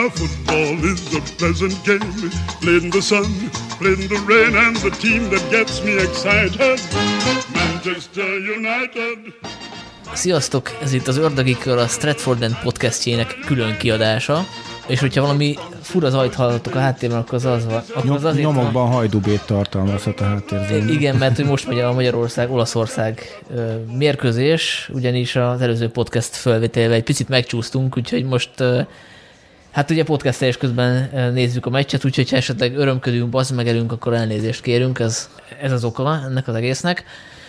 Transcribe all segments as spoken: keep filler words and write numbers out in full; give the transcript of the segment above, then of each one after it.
Now football is a pleasant game, played in the sun, played in the rain, and the team that gets me excited, Manchester United. Sziasztok! Ez itt az Ördögi Kör, a Stratford End podcastjének külön kiadása, és hogyha valami fura zajt hallottok a háttérben, akkor az az van. Akkor az azért Nyomokban van... hajdubét tartalmazhat a háttérzőn. Igen, mert hogy most megy a Magyarország-Olaszország mérkőzés, ugyanis az előző podcast felvételével egy picit megcsúsztunk, úgyhogy most hát ugye podcastelés közben nézzük a meccset, úgyhogy ha esetleg örömködünk, basszmegelünk, akkor elnézést kérünk, ez, ez az oka ennek az egésznek.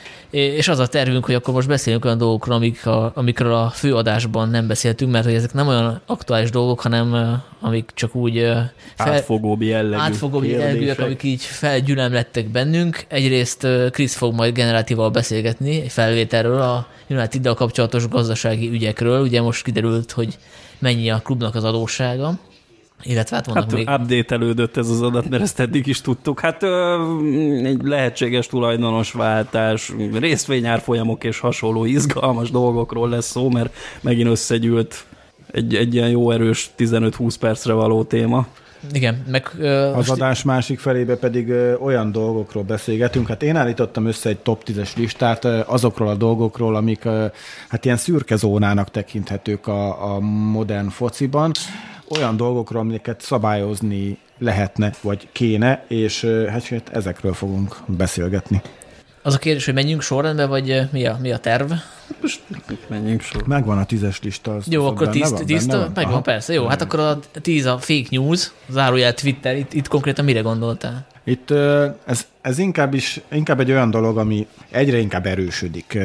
És az a tervünk, hogy akkor most beszélünk olyan dolgokról, amik a, amikről a főadásban nem beszéltünk, mert hogy ezek nem olyan aktuális dolgok, hanem amik csak úgy fel, átfogóbb jellegű átfogóbb jellegűek, amik így felgyülemlettek bennünk. Egyrészt Krisz fog majd generátíval beszélgetni egy felvételről, a United-del kapcsolatos gazdasági ügyekről. Ugye most kiderült, hogy mennyi a klubnak az adóssága. Illetve hát vannak hát még... update-elődött ez az adat, mert ezt eddig is tudtuk. Hát ö, egy lehetséges tulajdonos váltás, részvényárfolyamok és hasonló izgalmas dolgokról lesz szó, mert megint összegyűlt egy, egy ilyen jó erős tizenöt-húsz percre való téma. Igen, meg... Ö, az adás másik felébe pedig ö, olyan dolgokról beszélgetünk. Hát én állítottam össze egy top tízes listát ö, azokról a dolgokról, amik ö, hát ilyen szürke zónának tekinthetők a, a modern fociban. Olyan dolgokról, amiket szabályozni lehetne, vagy kéne, és hát ezekről fogunk beszélgetni. Az a kérdés, hogy menjünk sorrendben, vagy mi a, mi a terv? Most menjünk sorrendben. Megvan a tízes lista. Jó, akkor tíz, tíz megvan, Aha. persze. Jó, hát akkor a tíz a fake news, zárójel Twitter, itt, itt konkrétan mire gondoltál? Itt ez, ez inkább, is, inkább egy olyan dolog, ami egyre inkább erősödik,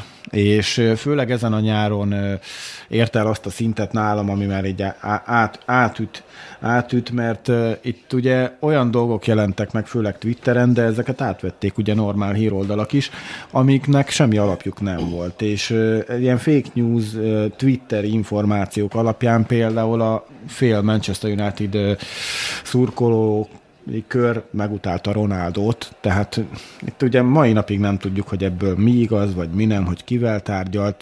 és főleg ezen a nyáron ért el azt a szintet nálam, ami már így át, átüt, átüt, mert itt ugye olyan dolgok jelentek meg, főleg Twitteren, de ezeket átvették ugye normál híroldalak is, amiknek semmi alapjuk nem volt. És ilyen fake news, Twitter információk alapján például a fél Manchester United szurkoló kör megutálta Ronaldót, tehát itt ugye mai napig nem tudjuk, hogy ebből mi igaz, vagy mi nem, hogy kivel tárgyalt.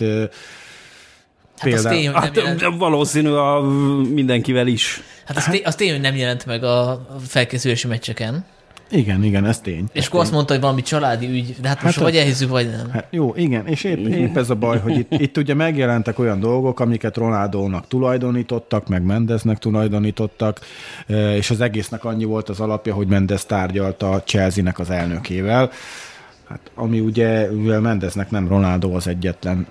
Hát Például, az tény, hogy nem jelent... hát, valószínű a mindenkivel is. Hát az, tény, az tény, hogy nem jelent meg a felkészülési meccseken. Igen, igen, ez tény. És akkor azt mondta, hogy valami családi ügy, de hát, hát most a... vagy elhiszük, vagy nem. Hát jó, igen, és épp, épp ez a baj, hogy itt, itt ugye megjelentek olyan dolgok, amiket Ronaldónak tulajdonítottak, meg Mendesnek tulajdonítottak, és az egésznek annyi volt az alapja, hogy Mendes tárgyalt a Chelsea-nek az elnökével. Hát, ami ugye, mivel Mendesnek nem Ronaldo az egyetlen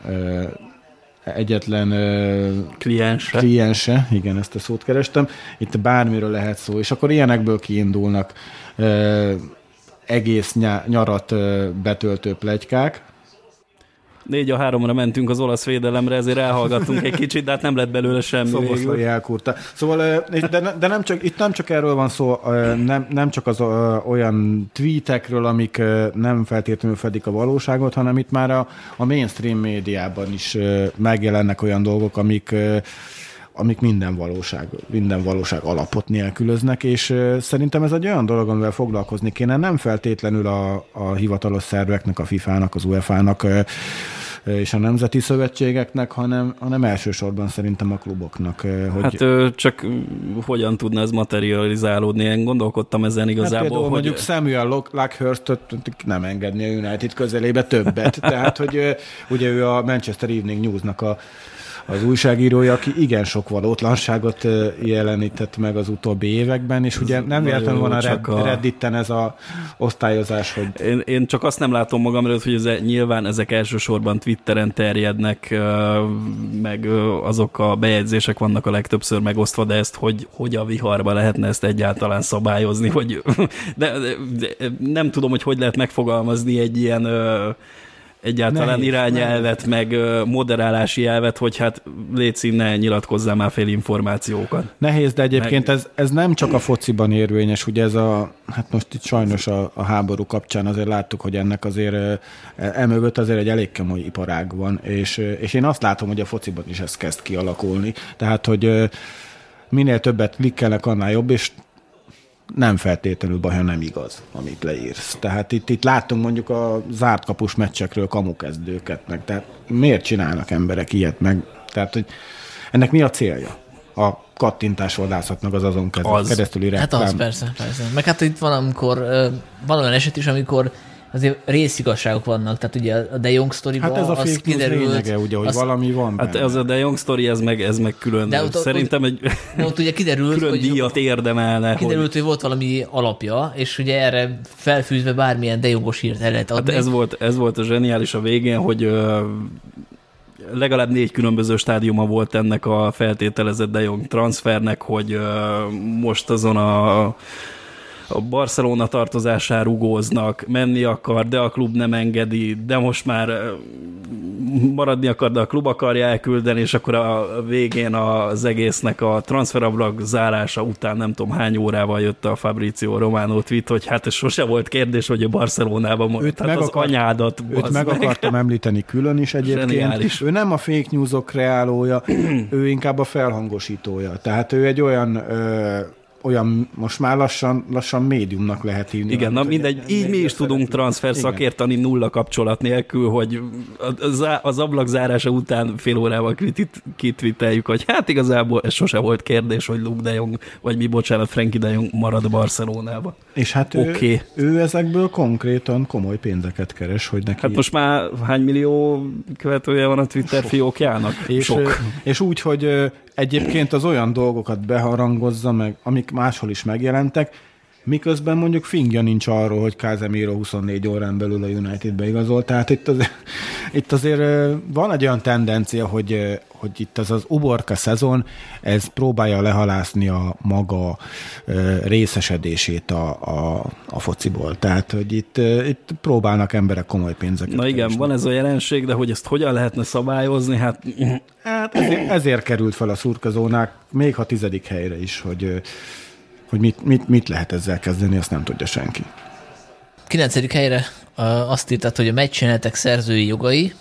egyetlen kliense. kliense, igen, ezt a szót kerestem, itt bármiről lehet szó, és akkor ilyenekből kiindulnak ö, egész nyarat ö, betöltő pletykák. Négy a háromra mentünk az olasz védelemre, ezért elhallgattunk egy kicsit, de hát nem lett belőle semmi. Szoboszlai elkurta. Szóval, de, de nem csak, itt nem csak erről van szó, nem, nem csak az olyan tweetekről, amik nem feltétlenül fedik a valóságot, hanem itt már a, a mainstream médiában is megjelennek olyan dolgok, amik amik minden valóság, minden valóság alapot nélkülöznek, és szerintem ez egy olyan dolog, amivel foglalkozni kéne, nem feltétlenül a, a hivatalos szerveknek, a fifának, az uefának és a nemzeti szövetségeknek, hanem, hanem elsősorban szerintem a kluboknak. Hogy... Hát csak hogyan tudna ez materializálódni? Én gondolkodtam ezen igazából. Hát például hogy... mondjuk Samuel Luckhurst-öt nem engedni a United közelébe többet. Tehát, hogy ugye ő a Manchester Evening News-nak a az újságírója, aki igen sok valótlanságot jelenített meg az utóbbi években, és ugye nem véletlenül van a, Red, a Redditen ez az osztályozás, hogy... Én, én csak azt nem látom magam előtt, hogy ez, nyilván ezek elsősorban Twitteren terjednek, meg azok a bejegyzések vannak a legtöbbször megosztva, de ezt hogy, hogy a viharba lehetne ezt egyáltalán szabályozni, hogy, de, de, de nem tudom, hogy hogy lehet megfogalmazni egy ilyen... egyáltalán nehéz, irányelvet, nehéz. meg moderálási elvet, hogy hát légy ne nyilatkozzál már fél információkat. Nehéz, de egyébként meg... ez, ez nem csak a fociban érvényes, ugye ez a, hát most itt sajnos a, a háború kapcsán azért láttuk, hogy ennek azért emögött azért egy elég kemény iparág van, és, és én azt látom, hogy a fociban is ez kezd kialakulni. Tehát, hogy minél többet klikkelnek, annál jobb, és nem feltétlenül baj, ha nem igaz, amit leírsz. Tehát itt, itt láttunk mondjuk a zárt kapus meccsekről kamukezdőket meg. Tehát miért csinálnak emberek ilyet meg? Tehát, hogy ennek mi a célja? A kattintás vadászatnak az azon az. keresztüli reklám. Hát az, persze, persze. Meg hát itt van, amikor, van olyan eset is, amikor azért részigazságok vannak, tehát ugye a De Jong sztoriban hát ez a az kiderült. Lényege, ugye, hogy az, valami van hát benne. ez a De Jong sztori, ez meg, ez meg külön. De ott, szerintem egy de ott ugye kiderült, külön hogy díjat érdemelne. Kiderült, hogy... hogy volt valami alapja, és ugye erre felfűzve bármilyen De Jongos hírt el lehet adni. Hát ez volt, ez volt a zseniális a végén, hogy uh, legalább négy különböző stádiuma volt ennek a feltételezett De Jong transfernek, hogy uh, most azon a a Barcelona tartozására rugóznak, menni akar, de a klub nem engedi, de most már maradni akar, de a klub akarja elküldeni, és akkor a végén az egésznek a transferablak zárása után nem tudom hány órával jött a Fabrizio Romano tweet, hogy hát ez sose volt kérdés, hogy a Barcelonában van. Tehát az akar, anyádat. Őt meg, meg akartam említeni külön is egyébként. Zseniális. Ő nem a fake newsok kreálója, ő inkább a felhangosítója. Tehát ő egy olyan... Ö, olyan most már lassan, lassan médiumnak lehet hívni. Igen, na mindegy, így mi is tudunk transfer szakértani nulla kapcsolat nélkül, hogy az ablak zárása után fél órával kitwitteljük, hogy hát igazából ez sose volt kérdés, hogy Luke De Jong, vagy mi, bocsánat, Frankie De Jong marad Barcelonába. És hát okay. ő, ő ezekből konkrétan komoly pénzeket keres, hogy neki... Hát most már hány millió követője van a Twitter fiókjának? És, Sok. És úgy, hogy egyébként az olyan dolgokat beharangozza meg, amik máshol is megjelentek, miközben mondjuk fingja nincs arról, hogy Casemiro huszonnégy órán belül a Unitedbe igazolt. Tehát itt azért, itt azért van egy olyan tendencia, hogy, hogy itt az az uborka szezon, ez próbálja lehalászni a maga részesedését a, a, a fociból. Tehát, hogy itt, itt próbálnak emberek komoly pénzeket. Na igen, keresni. Van ez a jelenség, de hogy ezt hogyan lehetne szabályozni? Hát, hát ezért, ezért került fel a szurkozónák, még ha tizedik helyre is, hogy hogy mit, mit, mit lehet ezzel kezdeni, azt nem tudja senki. kilencedik helyre azt írtad, hogy a meccsjelenetek szerzői jogai.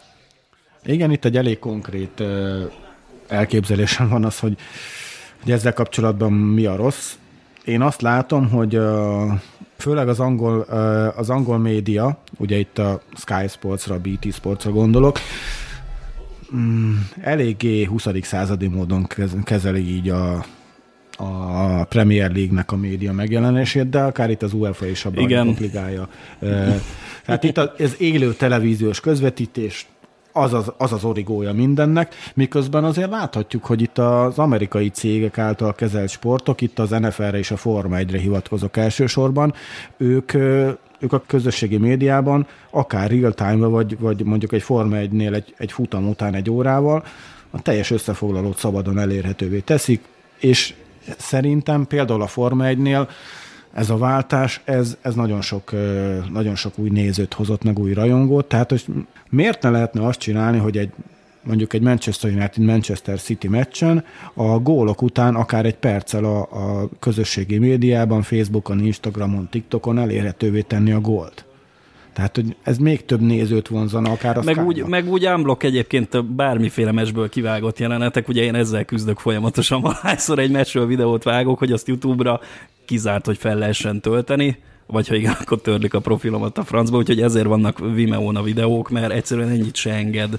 Igen, itt egy elég konkrét elképzelésem van az, hogy, hogy ezzel kapcsolatban mi a rossz. Én azt látom, hogy főleg az angol, az angol média, ugye itt a Sky Sportsra, a bé té Sportsra gondolok, eléggé huszadik századi módon kezeli így a a Premier League-nek a média megjelenését, de akár itt az UEFA és a Bajnokok Ligája. Tehát itt az élő televíziós közvetítés az az, az az origója mindennek, miközben azért láthatjuk, hogy itt az amerikai cégek által kezelt sportok, itt az en ef el-re és a Forma egyre hivatkozok elsősorban, ők ők a közösségi médiában, akár real time-ba, vagy, vagy mondjuk egy Forma egynél egy, egy futam után egy órával, a teljes összefoglalót szabadon elérhetővé teszik, és szerintem például a Forma egynél ez a váltás, ez, ez nagyon, sok, nagyon sok új nézőt hozott, meg új rajongót, tehát hogy miért ne lehetne azt csinálni, hogy egy mondjuk egy Manchester United Manchester City meccsen a gólok után akár egy perccel a, a közösségi médiában, Facebookon, Instagramon, TikTokon elérhetővé tenni a gólt. Tehát, hogy ez még több nézőt vonzana, akár a meg úgy, meg úgy unblock egyébként bármiféle meccsből kivágott jelenetek, ugye én ezzel küzdök folyamatosan, valahányszor egy meccsről videót vágok, hogy azt YouTube-ra kizárt, hogy fel lehessen tölteni, vagy ha igen, akkor törlik a profilomat a francba, úgyhogy ezért vannak Vimeo-n a videók, mert egyszerűen ennyit se enged.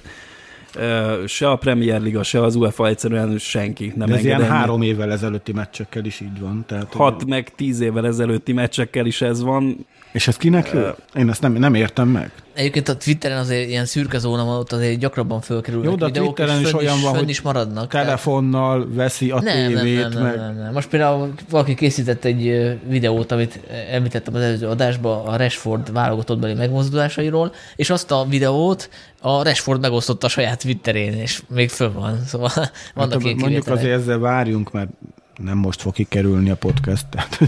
Se a Premier Liga, se az UEFA, egyszerűen senki nem enged. Ez ilyen ennyi. három évvel ezelőtti meccsekkel is így van. Tehát, Hat hogy... meg tíz évvel ezelőtti meccsekkel is ez van. És ez kinek jó? Én ezt nem, nem értem meg. Egyébként a Twitteren azért ilyen szürke zóna van, ott azért gyakrabban fölkerülnek jó, de a videók, Twitteren is olyan van, hogy is maradnak. telefonnal tehát... veszi a nem, tévét. Nem, nem, meg... nem, nem, nem. Most például valaki készített egy videót, amit említettem az előző adásban, a Rashford válogatottbeli megmozdulásairól, és azt a videót a Rashford megosztotta a saját Twitterén, és még föl van. Szóval hát vannak ilyen mondjuk azért ezzel várjunk, mert nem most fog kikerülni a podcast. Tehát,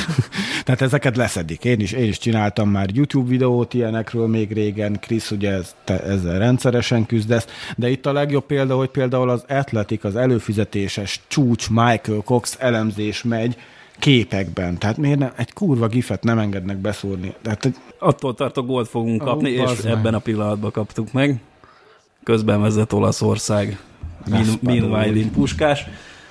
tehát ezeket leszedik. Én is, én is csináltam már YouTube videót ilyenekről még régen. Krisz ugye ez, te, ezzel rendszeresen küzdesz. De itt a legjobb példa, hogy például az Athletic, az előfizetéses csúcs Michael Cox elemzés megy képekben. Tehát miért nem, egy kurva gifet nem engednek beszúrni. Tehát, attól tartok, gólt fogunk kapni, és ebben meg. a pillanatban kaptuk meg. Közben vezet Olaszország. Meanwhile in Puskás.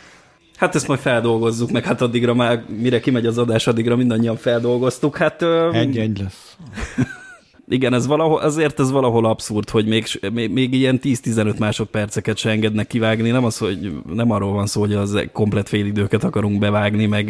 Hát ezt majd feldolgozzuk, meg hát addigra már, mire kimegy az adás, addigra mindannyian feldolgoztuk. Hát, Egy-egy lesz. Igen, ez valahol, azért ez valahol abszurd, hogy még, még, még ilyen tíz-tizenöt másodperceket se engednek kivágni. Nem, az, hogy, nem arról van szó, hogy az komplet félidőket akarunk bevágni, meg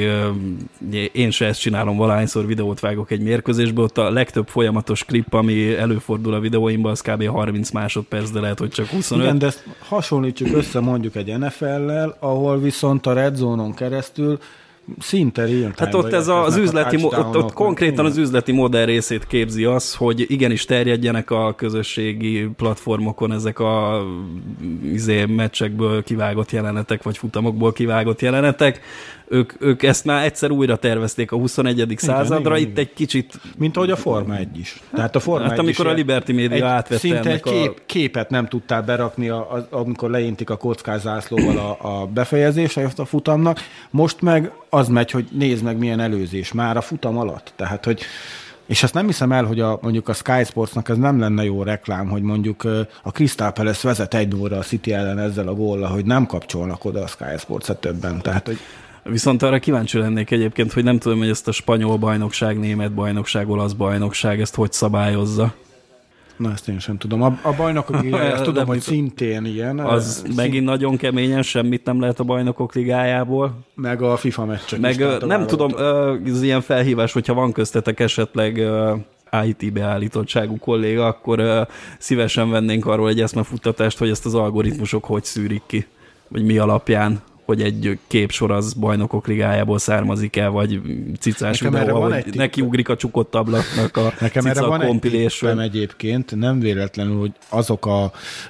én se ezt csinálom, valahányszor videót vágok egy mérkőzésből, ott a legtöbb folyamatos klip, ami előfordul a videóimban, az kb. harminc másodperc, de lehet, hogy csak huszonöt. Igen, de ezt hasonlítsuk össze mondjuk egy en ef el-lel, ahol viszont a Red Zone-on keresztül szinte real-time. Hát ott ez az üzleti, ott, ott konkrétan az üzleti modell részét képzi az, hogy igenis terjedjenek a közösségi platformokon ezek a izé, meccsekből kivágott jelenetek, vagy futamokból kivágott jelenetek. Ők, ők ezt már egyszer újra tervezték a huszonegyedik Igen, századra, igen, itt igen. egy kicsit... Mint ahogy a Forma egy is. Tehát a Forma hát amikor a Liberty Media átvette szinte ennek egy kép, a... képet nem tudtál berakni, a, a, amikor leintik a kockázászlóval a, a befejezésre a futamnak. Most meg az megy, hogy nézd meg milyen előzés már a futam alatt. Tehát, hogy és azt nem hiszem el, hogy a, mondjuk a Sky Sportsnak ez nem lenne jó reklám, hogy mondjuk a Crystal Palace vezet egy nulla a City ellen ezzel a góllal, hogy nem kapcsolnak oda a Sky Sports-et többen. Tehát, hogy viszont arra kíváncsi lennék egyébként, hogy nem tudom, hogy ezt a spanyol bajnokság, német bajnokság, olasz bajnokság, ezt hogy szabályozza. Na, ezt én sem tudom. A, a bajnokok ligája, tudom, nem, hogy szintén ilyen. Az szint... megint nagyon keményen, semmit nem lehet a bajnokok ligájából. Meg a FIFA meccsek. Meg is, nem tudom, ez ilyen felhívás, hogyha van köztetek esetleg i té beállítottságú kolléga, akkor szívesen vennénk arról egy eszmefuttatást, hogy ezt az algoritmusok hogy szűrik ki, vagy mi alapján, hogy egy képsor az bajnokok ligájából származik el, vagy cicás nekem videó, hogy nekiugrik a csukott ablaknak a nekem cica van compilation. Egy egyébként, nem véletlenül, hogy azok a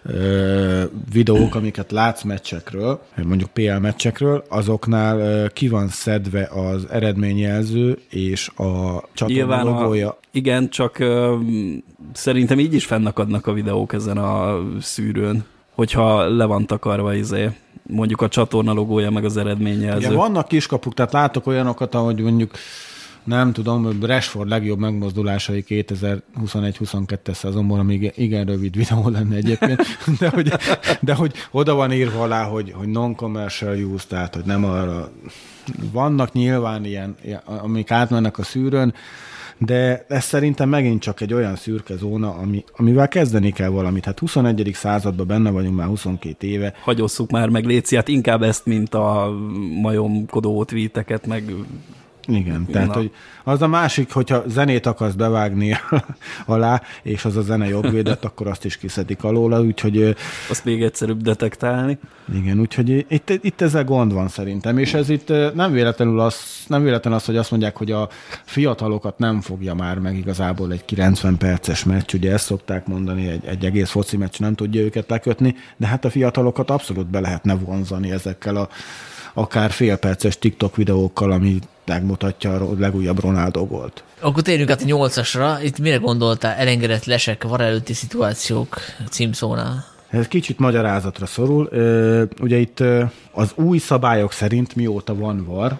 ö, videók, amiket látsz meccsekről, mondjuk pé el meccsekről, azoknál ö, ki van szedve az eredményjelző és a csatorna logója. A, igen, csak ö, szerintem így is fennakadnak a videók ezen a szűrőn, hogyha le van takarva izé. Mondjuk a csatorna logója, meg az eredményjelző. Igen, vannak kiskapuk, tehát látok olyanokat, ahogy mondjuk, nem tudom, Rashford legjobb megmozdulásai kétezer-huszonegy-huszonkettes szezonból, ami igen rövid videó lenne egyébként, de hogy, de hogy oda van írva alá, hogy, hogy non-commercial use, tehát hogy nem arra. Vannak nyilván ilyen, amik átmennek a szűrőn, de ez szerintem megint csak egy olyan szürke zóna, ami, amivel kezdeni kell valamit. Hát huszonegyedik században benne vagyunk már huszonkét éve. Hagyosszuk már meg, Léci, hát inkább ezt, mint a majomkodó tweeteket, meg... Igen, tehát hogy az a másik, hogyha zenét akarsz bevágni alá, és az a zene jogvédett, akkor azt is kiszedik alóla, úgyhogy... Azt még egyszerűbb detektálni. Igen, úgyhogy itt, itt ezzel gond van szerintem, és ez itt nem véletlenül az, nem véletlenül az, hogy azt mondják, hogy a fiatalokat nem fogja már meg igazából egy kilencven perces meccs, ugye ezt szokták mondani, egy, egy egész foci meccs nem tudja őket lekötni, de hát a fiatalokat abszolút be lehetne vonzani ezekkel a akár félperces TikTok videókkal, ami megmutatja a legújabb Ronaldo gólt. Akkor térjünk át a nyolcasra. Itt mire gondoltál? Elengedett lesek, var előtti szituációk címszónál? Ez kicsit magyarázatra szorul. Ugye itt az új szabályok szerint mióta van var,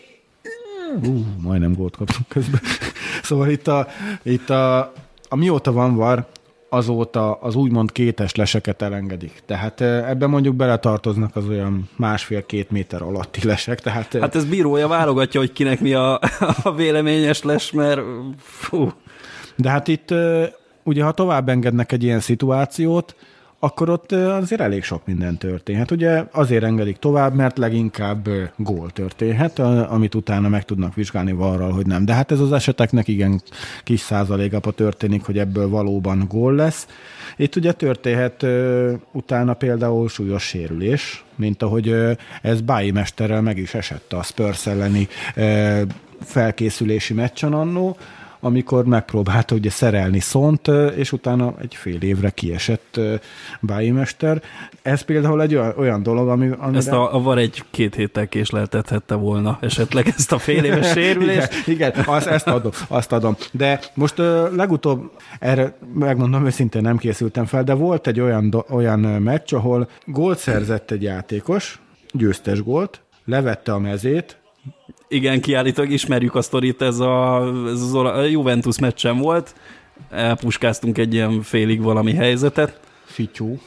uh, majdnem gólt kaptunk közben. Szóval itt a, itt a, a mióta van var, azóta az úgymond kétes leseket elengedik. Tehát ebben mondjuk beletartoznak az olyan másfél-két méter alatti lesek. Tehát, hát ez bírója válogatja, hogy kinek mi a, a véleményes les, mert fú. De hát itt ugye, ha tovább engednek egy ilyen szituációt, akkor ott azért elég sok minden történhet. Ugye azért engedik tovább, mert leginkább gól történhet, amit utána meg tudnak vizsgálni varral, hogy nem. De hát ez az eseteknek igen kis százalékában történik, hogy ebből valóban gól lesz. Itt ugye történhet utána például súlyos sérülés, mint ahogy ez Báji mesterrel meg is esett a Spurs elleni felkészülési meccsen annó, amikor megpróbálta ugye szerelni Szont, és utána egy fél évre kiesett Báji mester. Ez például egy olyan, olyan dolog, ami... Amire... Ezt a, a var egy két héttel késleltethette volna esetleg ezt a fél éves sérülést. Igen, igen, azt, ezt adom, azt adom. De most uh, legutóbb, erre megmondom őszintén nem készültem fel, de volt egy olyan, do, olyan meccs, ahol gólt szerzett egy játékos, győztes gólt, levette a mezét. Igen, kiállítólag ismerjük a sztorit, ez a, ez az a Juventus meccsen volt, elpuskáztunk egy ilyen félig valami helyzetet. Fityú.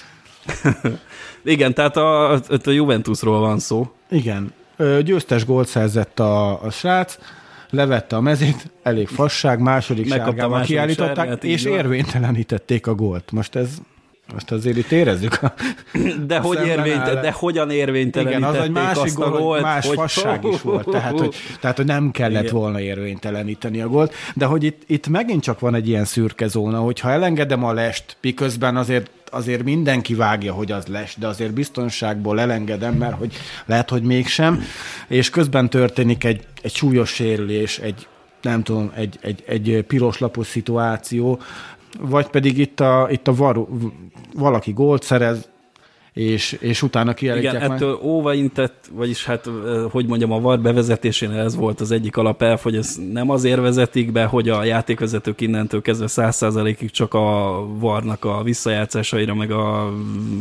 Igen, tehát a, a Juventusról van szó. Igen, győztes gólt szerzett a, a srác, levette a mezét, elég fasság, második sárgával kiállították, sárgát, és érvénytelenítették a gólt. Most ez... Most azért itt érezzük a... De, a hogy érvényt, de hogyan érvénytelenítették? Igen, az egy másik azt gól, a gólt, más hogy... fasság is volt, tehát hogy, tehát, hogy nem kellett igen. volna érvényteleníteni a gólt. De hogy itt, itt megint csak van egy ilyen szürke zóna, hogyha elengedem a lest, miközben azért, azért mindenki vágja, hogy az les, de azért biztonságból elengedem, mert hogy lehet, hogy mégsem, és közben történik egy, egy súlyos sérülés, egy nem tudom, egy, egy, egy piroslapos szituáció, vagy pedig itt a, itt a var, valaki gólt szerez, és, és utána kiállítják. Igen, ettől óvaintett, vagyis hát, hogy mondjam, a var bevezetésénél ez volt az egyik alapelv, hogy ez nem azért vezetik be, hogy a játékvezetők innentől kezdve száz százalékig csak a varnak a visszajátszásaira, meg a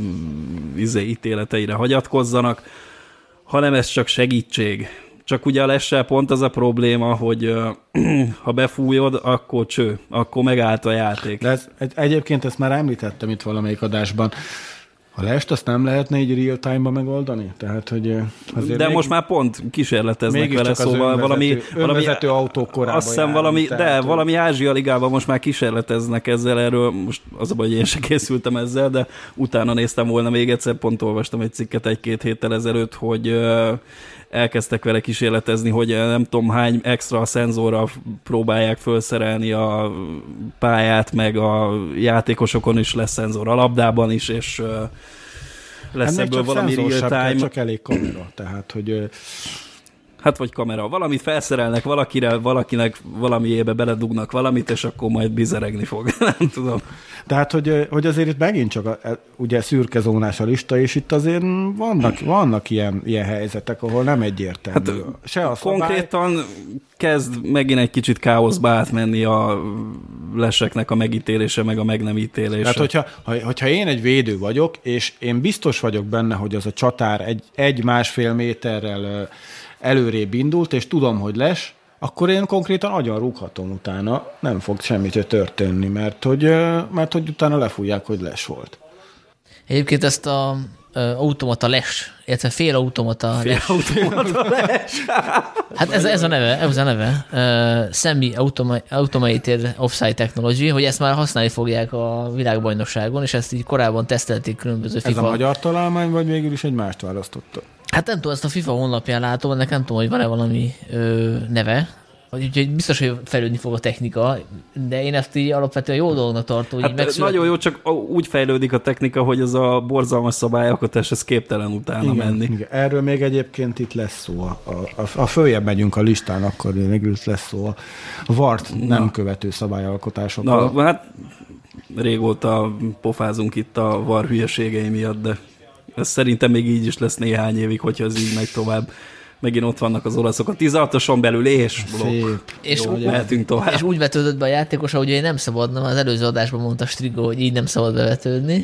izé, ítéleteire hagyatkozzanak, hanem ez csak segítség. Csak ugye a lessel pont az a probléma, hogy uh, ha befújod, akkor cső, akkor megállt a játék. De ez, egy, egyébként ezt már említettem itt valamelyik adásban. A lest azt nem lehetne így real time-ba megoldani? Tehát, hogy azért de még, most már pont kísérleteznek vele, szóval önvezető, valami... önvezető valami autók korában azt hiszem valami, járni, de tehát, valami Ázsia ligában most már kísérleteznek ezzel, erről most az a baj, hogy én sem készültem ezzel, de utána néztem volna még egyszer, pont olvastam egy cikket egy-két héttel ezelőtt, hogy uh, elkezdtek vele kísérletezni, hogy nem tudom hány extra szenzorral próbálják felszerelni a pályát, meg a játékosokon is lesz szenzor a labdában is, és uh, lesz ennek ebből valami real time. Csak elég kamera, tehát, hogy... Hát vagy kamera. Valamit felszerelnek valakire, valakinek valamiébe beledugnak valamit, és akkor majd bizeregni fog. Nem tudom. Tehát, hogy, hogy azért itt megint csak a, ugye szürkezónás a lista, és itt azért vannak, vannak ilyen, ilyen helyzetek, ahol nem egyértelmű. Hát, Se a konkrétan szabály... kezd megint egy kicsit káoszba átmenni a leseknek a megítélése, meg a meg nem ítélése. Tehát, hogyha, hogyha én egy védő vagyok, és én biztos vagyok benne, hogy az a csatár egy, egy-másfél méterrel előrébb indult, és tudom, hogy les, akkor én konkrétan agyon rúghatom utána, nem fog semmit történni, mert hogy, mert hogy utána lefújják, hogy les volt. Egyébként ezt a automata les, illetve félautomata fél les. Automata les. Hát ez, ez a neve, ez a neve. Uh, Semi-Automated Offside Technology, hogy ezt már használni fogják a világbajnokságon, és ezt így korábban tesztelték különböző ez FIFA. Ez a magyar találmány, vagy végül is egy mást választotta? Hát nem tudom, ezt a FIFA honlapján látom, ennek nem tudom, hogy van-e valami ö, neve. Úgyhogy biztos, hogy fejlődni fog a technika, de én ezt így alapvetően jó dolognak tartom. Hát megszület... nagyon jó, csak úgy fejlődik a technika, hogy ez a borzalmas szabályalkotás, ez képtelen utána igen, menni. Igen. Erről még egyébként itt lesz szó. A, a, a följebb megyünk a listán, akkor még lesz szó a vart nem Na. követő szabályalkotásokról. Na, hát régóta pofázunk itt a var hülyeségei miatt, de ez szerintem még így is lesz néhány évig, hogyha ez így megy tovább. Megint ott vannak az olaszok a tizenhatoson belül, és blokk. És, Jó, mehetünk tovább. És úgy vetődött be a játékos, ahogy nem szabadna, az előző adásban mondta Strigo, hogy így nem szabad bevetődni.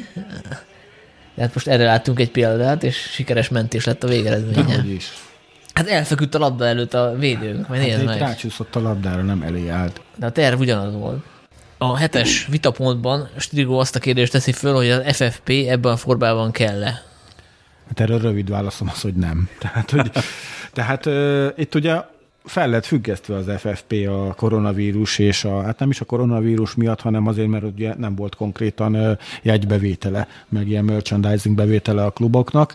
De hát most erre láttunk egy példát, és sikeres mentés lett a végeredménye. is. Hát elfeküdt a labda előtt a védőnk, majd nézd hát meg. Rácsúszott a labdára, nem elé állt. De a terv ugyanaz volt. A hetes vitapontban Strigo azt a kérdést teszi föl, hogy az ef ef pé ebben a formában kell-e. Hát erről rövid válaszom az, hogy nem. Tehát, hogy, tehát uh, itt ugye fel lett függesztve az ef ef pé a koronavírus, és a, hát nem is a koronavírus miatt, hanem azért, mert ugye nem volt konkrétan uh, jegybevétele, meg ilyen merchandising bevétele a kluboknak.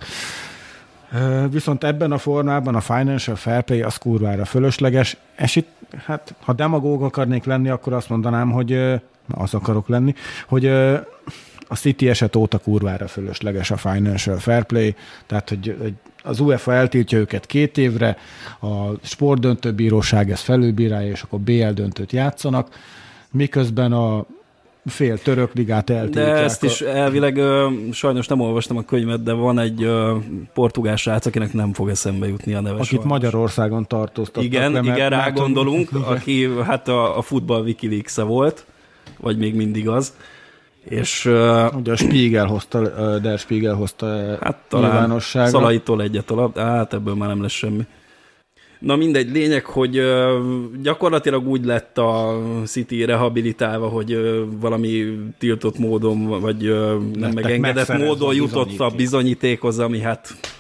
Uh, viszont ebben a formában a Financial Fair Play az kurvára fölösleges, és itt, hát ha demagóg akarnék lenni, akkor azt mondanám, hogy uh, az akarok lenni, hogy uh, a City eset óta kurvára fölösleges a Financial Fair Play, tehát hogy az UEFA eltiltja őket két évre, a sportdöntőbíróság ezt felülbírálja, és akkor bé el döntőt játszanak, miközben a fél török ligát eltiltják. De ezt is elvileg, ö, sajnos nem olvastam a könyvet, de van egy ö, portugál srác, akinek nem fog eszembe jutni a neve. Akit sajnos. Magyarországon tartóztattak. Igen, le, mert, igen, rá gondolunk, igen. aki hát a, a futball Wikileaks-e volt, vagy még mindig az. És, uh, ugye a Spiegel hozta, Der Spiegel hozta hát talán nyilvánosságra. Szalaitól egyet alap, hát ebből már nem lesz semmi. Na mindegy, lényeg, hogy uh, gyakorlatilag úgy lett a City rehabilitálva, hogy uh, valami tiltott módon, vagy uh, nem megengedett módon jutott a bizonyítékhoz, ami hát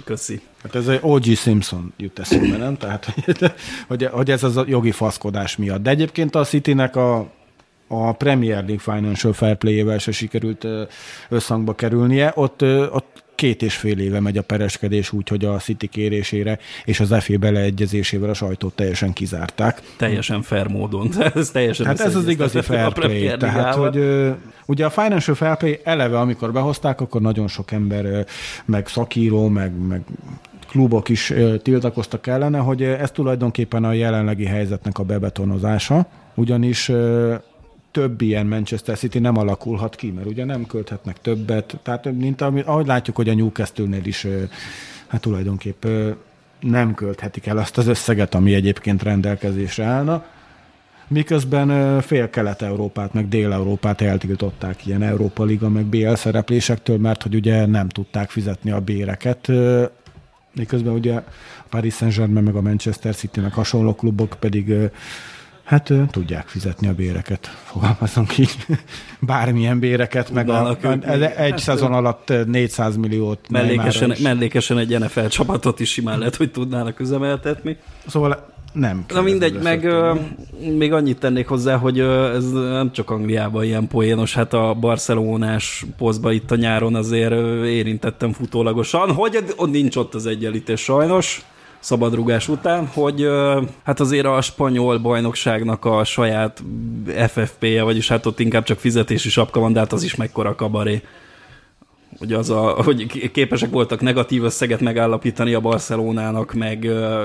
Köszi. Hát ez egy o gé Simpson jut eszembe, nem? Tehát, hogy, hogy ez az a jogi faszkodás miatt. De egyébként a Citynek a, a Premier League Financial Fair Play-ével se sikerült összhangba kerülnie. Ott, ott két és fél éve megy a pereskedés úgy, hogy a City kérésére és az ef á beleegyezésével a sajtót teljesen kizárták. Teljesen fair módon. Ez teljesen hát ez az igazi fair play. Tehát, hogy ugye a Financial Fair Play eleve, amikor behozták, akkor nagyon sok ember, meg szakíró, meg, meg klubok is tiltakoztak ellene, hogy ez tulajdonképpen a jelenlegi helyzetnek a bebetonozása, ugyanis több ilyen Manchester City nem alakulhat ki, mert ugye nem költhetnek többet, tehát mint ahogy látjuk, hogy a Newcastle-nél is hát tulajdonképp nem költhetik el azt az összeget, ami egyébként rendelkezésre állna, miközben fél Kelet-Európát, meg Dél-Európát eltiltották ilyen Európa Liga, meg bé el szereplésektől, mert hogy ugye nem tudták fizetni a béreket, miközben ugye a Paris Saint-Germain, meg a Manchester City, meg hasonló klubok pedig hát tudják fizetni a béreket, fogalmazunk így, bármilyen béreket, meg a, a, egy hát, szezon alatt négyszáz milliót. Mellékesen, mellékesen egy en ef el csapatot is simán lehet, hogy tudnának üzemeltetni. Szóval nem. Na mindegy, meg ö, még annyit tennék hozzá, hogy ö, ez nem csak Angliában ilyen poénos, hát a barcelonás posztba itt a nyáron azért ö, érintettem futólagosan, hogy nincs ott az egyenlítés sajnos, szabadrugás után, hogy hát azért a spanyol bajnokságnak a saját ef ef pé-je, vagyis hát ott inkább csak fizetési sapka van, de hát az is mekkora kabaré. Ugye az a, hogy képesek voltak negatív összeget megállapítani a Barcelonának, meg,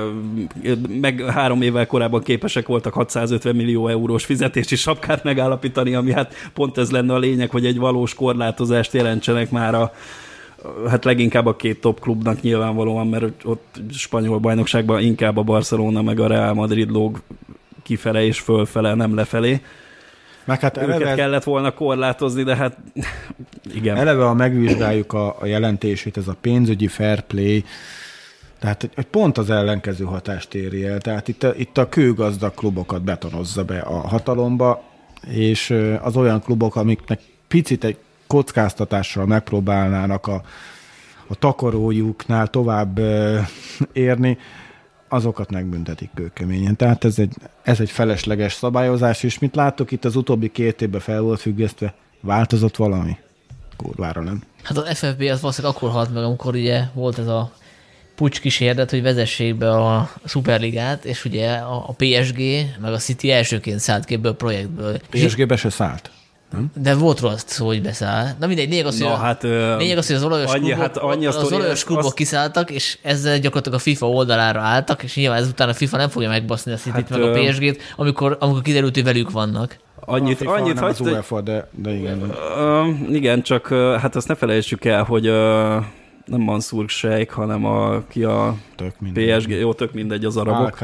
meg három évvel korábban képesek voltak hatszázötven millió eurós fizetési sapkát megállapítani, ami hát pont ez lenne a lényeg, hogy egy valós korlátozást jelentsenek már a hát leginkább a két top klubnak nyilvánvalóan, mert ott spanyol bajnokságban inkább a Barcelona meg a Real Madrid lóg kifele és fölfele, nem lefelé. Meg hát eleve, őket kellett volna korlátozni, de hát igen. Eleve, ha megvizsgáljuk a, a jelentését, ez a pénzügyi fair play, tehát hogy pont az ellenkező hatást éri el. Tehát itt a, itt a kőgazdag klubokat betonozza be a hatalomba, és az olyan klubok, amiknek picit egy kockáztatással megpróbálnának a, a takarójuknál tovább e, érni, azokat megbüntetik kőkeményen. Tehát ez egy, ez egy felesleges szabályozás, és mit látok itt az utóbbi két évben fel volt függesztve, változott valami? Kurvára nem. Hát az ef ef bé az valószínűleg akkor halt meg, amikor ugye volt ez a pucs kísérlet, hogy vezessék be a Szuperligát, és ugye a, a pé es gé meg a City elsőként szállt ki ebből a projektből. pé es gé-be se szállt. Nem? De volt róla szó, hogy beszáll. Na mindegy, lényeg az, hogy, Na, hát, lényeg az, hogy az olajos annyi, klubok, hát annyi az olajos klubok azt... kiszálltak, és ezzel gyakorlatilag a FIFA oldalára álltak, és nyilván ezután a FIFA nem fogja megbaszni a Cityt hát, meg a pé es gét, amikor, amikor kiderült, hogy velük vannak. Annyit, a annyit az UEFA, de, de igen. Uh, igen, csak uh, hát azt ne felejtsük el, hogy uh, nem Mansur Sheikh, hanem a, ki a pé es gé, jó, tök mindegy, az arabok.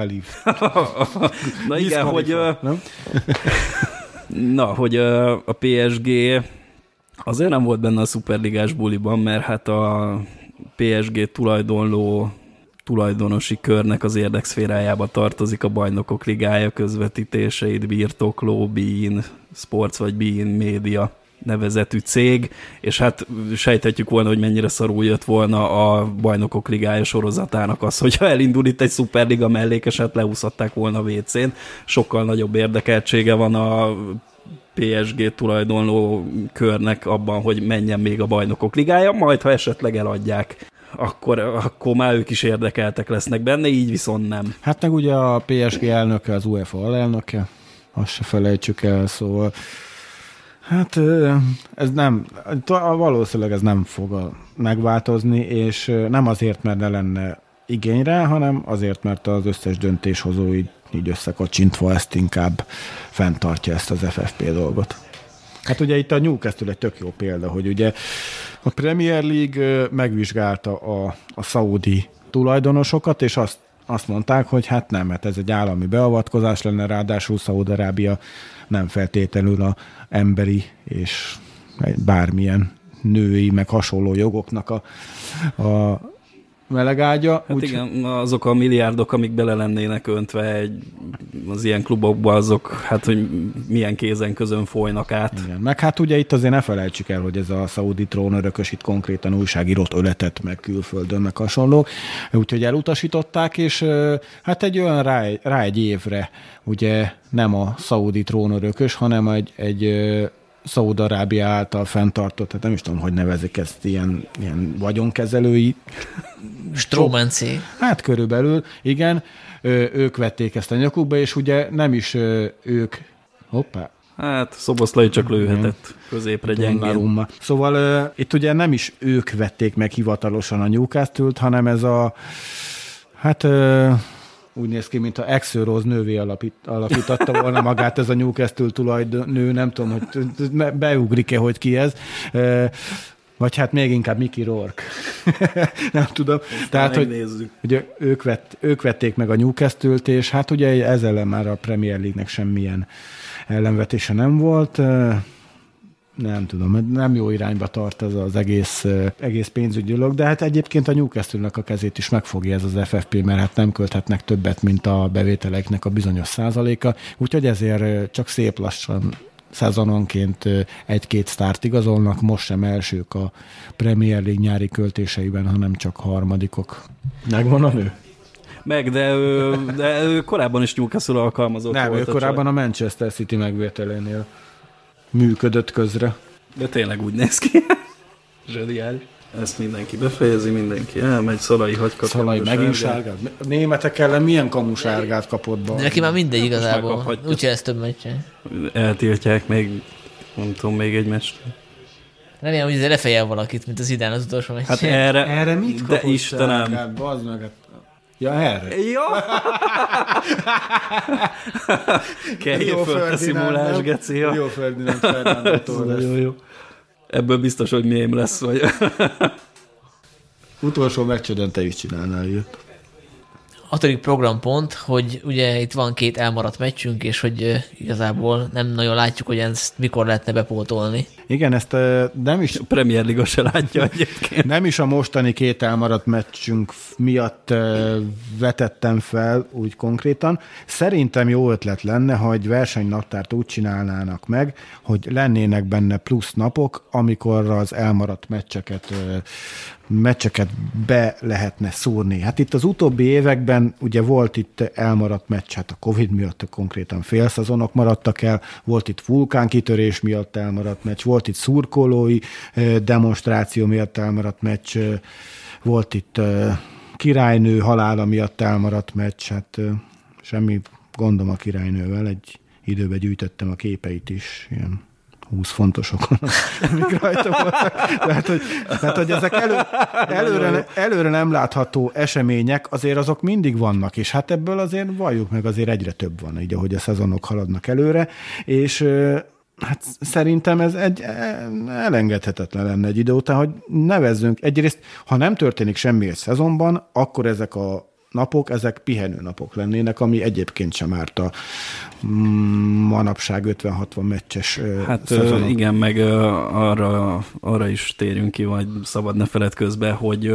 Na igen, hogy... Uh, Na, hogy a pé es gé azért nem volt benne a szuperligás buliban, mert hát a pé es gé tulajdonló tulajdonosi körnek az érdekszférájába tartozik a Bajnokok Ligája közvetítéseit birtokló Bein Sports vagy Bein Media nevezetű cég, és hát sejthetjük volna, hogy mennyire szarul jött volna a Bajnokok Ligája sorozatának az, hogyha elindul itt egy szuperliga mellékeset, leúszhatták volna a vécén. Sokkal nagyobb érdekeltsége van a pé es gé tulajdonló körnek abban, hogy menjen még a Bajnokok Ligája, majd ha esetleg eladják, akkor, akkor már ők is érdekeltek lesznek benne, így viszont nem. Hát meg ugye a pé es gé elnöke, az UEFA alelnöke, azt se felejtsük el, szóval hát ez nem, valószínűleg ez nem fog megváltozni, és nem azért, mert ne lenne igény rá, hanem azért, mert az összes döntéshozó így, így összekacsintva ezt inkább fenntartja ezt az ef ef pé dolgot. Hát ugye itt a Newcastle egy tök jó példa, hogy ugye a Premier League megvizsgálta a, a szaudi tulajdonosokat, és azt, azt mondták, hogy hát nem, mert ez egy állami beavatkozás lenne, ráadásul Szaúd-Arábia nem feltétlenül a emberi és bármilyen női, meg hasonló jogoknak a, a melegágya. Hát úgy... igen, azok a milliárdok, amik bele lennének öntve egy, az ilyen klubokba, azok hát, hogy milyen kézen közön folynak át. Igen. Meg hát ugye itt azért ne felejtsük el, hogy ez a szaudi trónörökös itt konkrétan újságírót öletett meg külföldön, meg hasonlók. Úgyhogy elutasították, és hát egy olyan rá, rá egy évre ugye nem a szaudi trónörökös, hanem egy, egy Szaúd-Arábia által fenntartott, tehát nem is tudom, hogy nevezik ezt, ilyen, ilyen vagyonkezelői. Strómenci. Hát körülbelül, igen. Ők vették ezt a nyakukba, és ugye nem is ők... Hoppá. Hát Szoboszlai csak lőhetett középre gyengén. Szóval uh, itt ugye nem is ők vették meg hivatalosan a Newcastle-t, hanem ez a... Hát... Uh, úgy néz ki, mintha Axl Rose nővé alapít, alapítatta volna magát ez a Newcastle tulajdonő, nem tudom, hogy beugrik-e, hogy ki ez. Vagy hát még inkább Mickey Rourke. Nem tudom. Most Tehát, hogy ugye ők, vett, ők vették meg a Newcastle-t, és hát ugye ez ellen már a Premier League-nek semmilyen ellenvetése nem volt. Nem tudom, nem jó irányba tart ez az egész, egész pénzügyi dolog, de hát egyébként a Newcastle-nek a kezét is megfogja ez az ef ef pé, mert hát nem költhetnek többet, mint a bevételeknek a bizonyos százaléka, úgyhogy ezért csak szép lassan szezononként egy-két sztárt igazolnak, most sem elsők a Premier League nyári költéseiben, hanem csak harmadikok. Megvan a nő? Meg, de ő, de ő korábban is Newcastle alkalmazott nem, volt. Nem, ő korábban a Manchester City megvételénél működött közre. De tényleg úgy néz ki. Zseniális. Ezt mindenki befejezi, mindenki elmegy, Szalai hagy kapja. Szalai megint sárgát. A németek ellen milyen kamusárgát kapott be? De neki már mindegy igazából. Úgyhogy ez több meccsen. Eltiltják még, nem tudom, még egy meccs. Remélem, hogy ez lefejel valakit, mint az idán az utolsó meccsen. Hát erre, erre mit kapott de Istenem. Sárgát? Bazd meg, hát... Ja, erre. Jó! Kerjél föl a szimulás, geci. Jó Ferdinand Fernándótól lesz. Jó, jó. Ebből biztos, hogy mém lesz. Vagy. Utolsó meccseden te is csinálnál ilyet. Hatodik programpont, hogy ugye itt van két elmaradt meccsünk, és hogy igazából nem nagyon látjuk, hogy ezt mikor lehetne bepótolni. Igen, ezt nem is... A Premier Liga se látja egyébként. Nem is a mostani két elmaradt meccsünk miatt vetettem fel úgy konkrétan. Szerintem jó ötlet lenne, hogy versenynaptárt úgy csinálnának meg, hogy lennének benne plusz napok, amikor az elmaradt meccseket meccseket be lehetne szúrni. Hát itt az utóbbi években ugye volt itt elmaradt meccs, hát a Covid miatt konkrétan félszezonok maradtak el, volt itt vulkánkitörés miatt elmaradt meccs, volt itt szurkolói demonstráció miatt elmaradt meccs, volt itt királynő halála miatt elmaradt meccs, hát semmi gondom a királynővel, egy időben gyűjtöttem a képeit is, ilyen húsz fontosokon, amik rajta voltak. Tehát, hogy, tehát, hogy ezek elő, előre, előre nem látható események, azért azok mindig vannak, és hát ebből azért valljuk meg, azért egyre több van, így ahogy a szezonok haladnak előre, és hát szerintem ez egy elengedhetetlen lenne egy idő után, hogy nevezzünk. Egyrészt, ha nem történik semmi egy szezonban, akkor ezek a napok, ezek pihenő napok lennének, ami egyébként sem árt a manapság ötven-hatvan meccses hát szezonok. Igen, meg arra, arra is térjünk ki, vagy szabad ne feled közben, hogy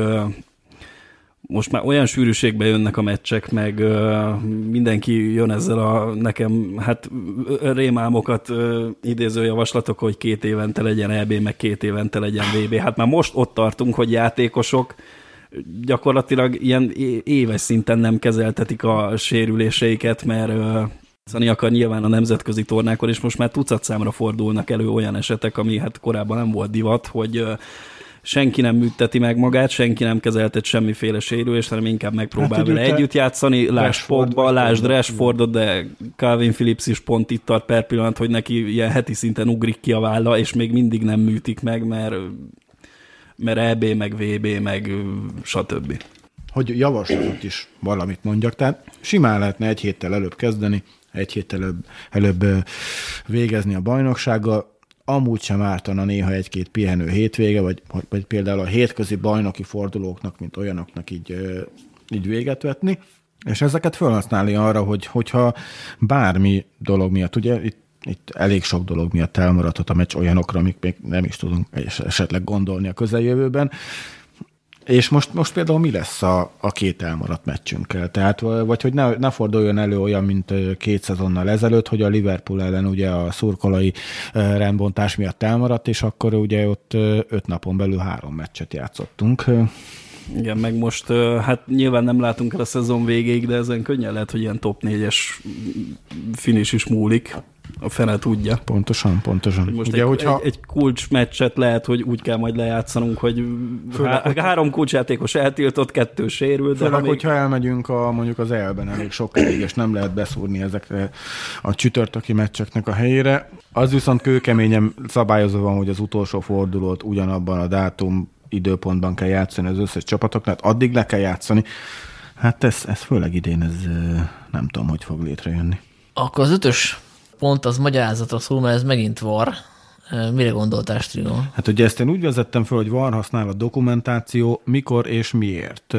most már olyan sűrűségben jönnek a meccsek, meg mindenki jön ezzel a nekem hát rémálmokat idéző javaslatok, hogy két évente legyen é bé, meg két évente legyen vé bé. Hát már most ott tartunk, hogy játékosok gyakorlatilag ilyen éves szinten nem kezeltetik a sérüléseiket, mert szani akar nyilván a nemzetközi tornákon, és most már tucat számra fordulnak elő olyan esetek, ami hát korábban nem volt divat, hogy senki nem műteti meg magát, senki nem kezeltet semmiféle sérülést, hanem inkább megpróbál hát, vele együtt játszani. Lásd Pogba, lásd Rashfordot, de Calvin Phillips is pont itt tart per pillanat, hogy neki ilyen heti szinten ugrik ki a válla, és még mindig nem műtik meg, mert mert é bé, meg vé bé, meg stb. Hogy javaslatot is valamit mondjak, tehát simán lehetne egy héttel előbb kezdeni, egy héttel előbb, előbb végezni a bajnoksággal, amúgy sem ártana néha egy-két pihenő hétvége, vagy, vagy például a hétközi bajnoki fordulóknak, mint olyanoknak így, így véget vetni, és ezeket felhasználni arra, hogy, hogyha bármi dolog miatt, ugye itt Itt elég sok dolog miatt elmaradhat a meccs olyanokra, amik még nem is tudunk esetleg gondolni a közeljövőben. És most, most például mi lesz a, a két elmaradt meccsünkkel? Tehát, vagy hogy ne, ne forduljon elő olyan, mint két szezonnal ezelőtt, hogy a Liverpool ellen ugye a szurkolói rendbontás miatt elmaradt, és akkor ugye ott öt napon belül három meccset játszottunk. Igen, meg most hát nyilván nem látunk el a szezon végéig, de ezen könnyen lehet, hogy ilyen top négyes finish is múlik. A fene tudja. Pontosan, pontosan. Most ugye, egy, hogyha... egy, egy kulcs meccset lehet, hogy úgy kell majd lejátszanunk, hogy Főleg, há- hogy... három kulcsjátékos eltiltott, kettő sérült. Főleg, még... hogyha elmegyünk a, mondjuk az elben elég sok elég, és nem lehet beszúrni ezekre a csütörtöki meccseknek a helyére. Az viszont kőkeményen szabályozva van, hogy az utolsó fordulót ugyanabban a dátum időpontban kell játszani az összes csapatoknak, addig le kell játszani. Hát ez, ez főleg idén, ez nem tudom, hogy fog létrejönni. Akkor az ötös pont az magyarázatra szól, mert ez megint var. Mire gondoltál, Strigo? Hát ugye ezt én úgy vezettem föl, hogy var használat dokumentáció, mikor és miért.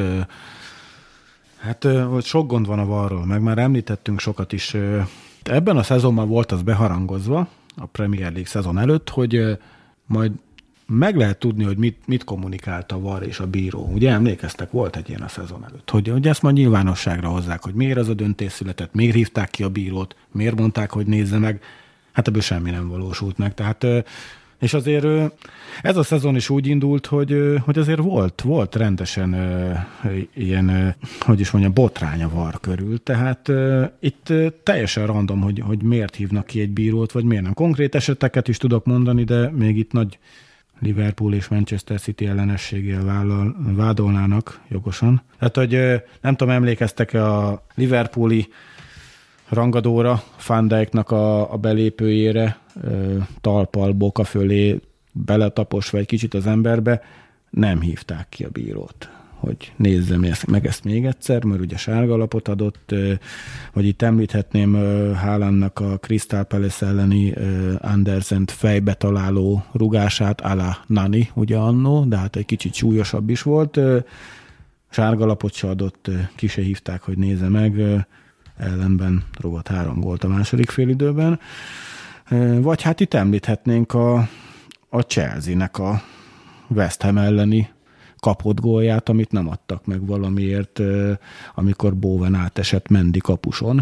Hát sok gond van a varról, meg már említettünk sokat is. Ebben a szezonban volt az beharangozva, a Premier League szezon előtt, hogy majd meg lehet tudni, hogy mit, mit kommunikált a var és a bíró. Ugye emlékeztek, volt egy ilyen a szezon előtt, hogy, hogy ezt majd nyilvánosságra hozzák, hogy miért az a döntés született, miért hívták ki a bírót, miért mondták, hogy nézze meg. Hát ebből semmi nem valósult meg. Tehát, és azért ez a szezon is úgy indult, hogy, hogy azért volt, volt rendesen ilyen, hogy is mondjam, botrány a var körül. Tehát itt teljesen random, hogy, hogy miért hívnak ki egy bírót, vagy miért nem. Konkrét eseteket is tudok mondani, de még itt nagy Liverpool és Manchester City ellenességgel vállal, vádolnának jogosan. Tehát, hogy nem tudom, emlékeztek-e a Liverpooli rangadóra, Van Dijknak a, a belépőjére, talpal, boka fölé beletaposva egy kicsit az emberbe, nem hívták ki a bírót, hogy nézzem meg ezt még egyszer, mert ugye sárga lapot adott, vagy itt említhetném Haalandnak a Crystal Palace elleni Andersent fejbe találó rugását, à la Nani, ugye annó, de hát egy kicsit súlyosabb is volt. Sárga lapot se adott, ki se hívták, hogy nézze meg, ellenben rúgott három gólt a második félidőben. Vagy hát itt említhetnénk a, a Chelsea-nek a West Ham elleni kapott gólját, amit nem adtak meg valamiért, amikor Bowen átesett Mendy kapuson.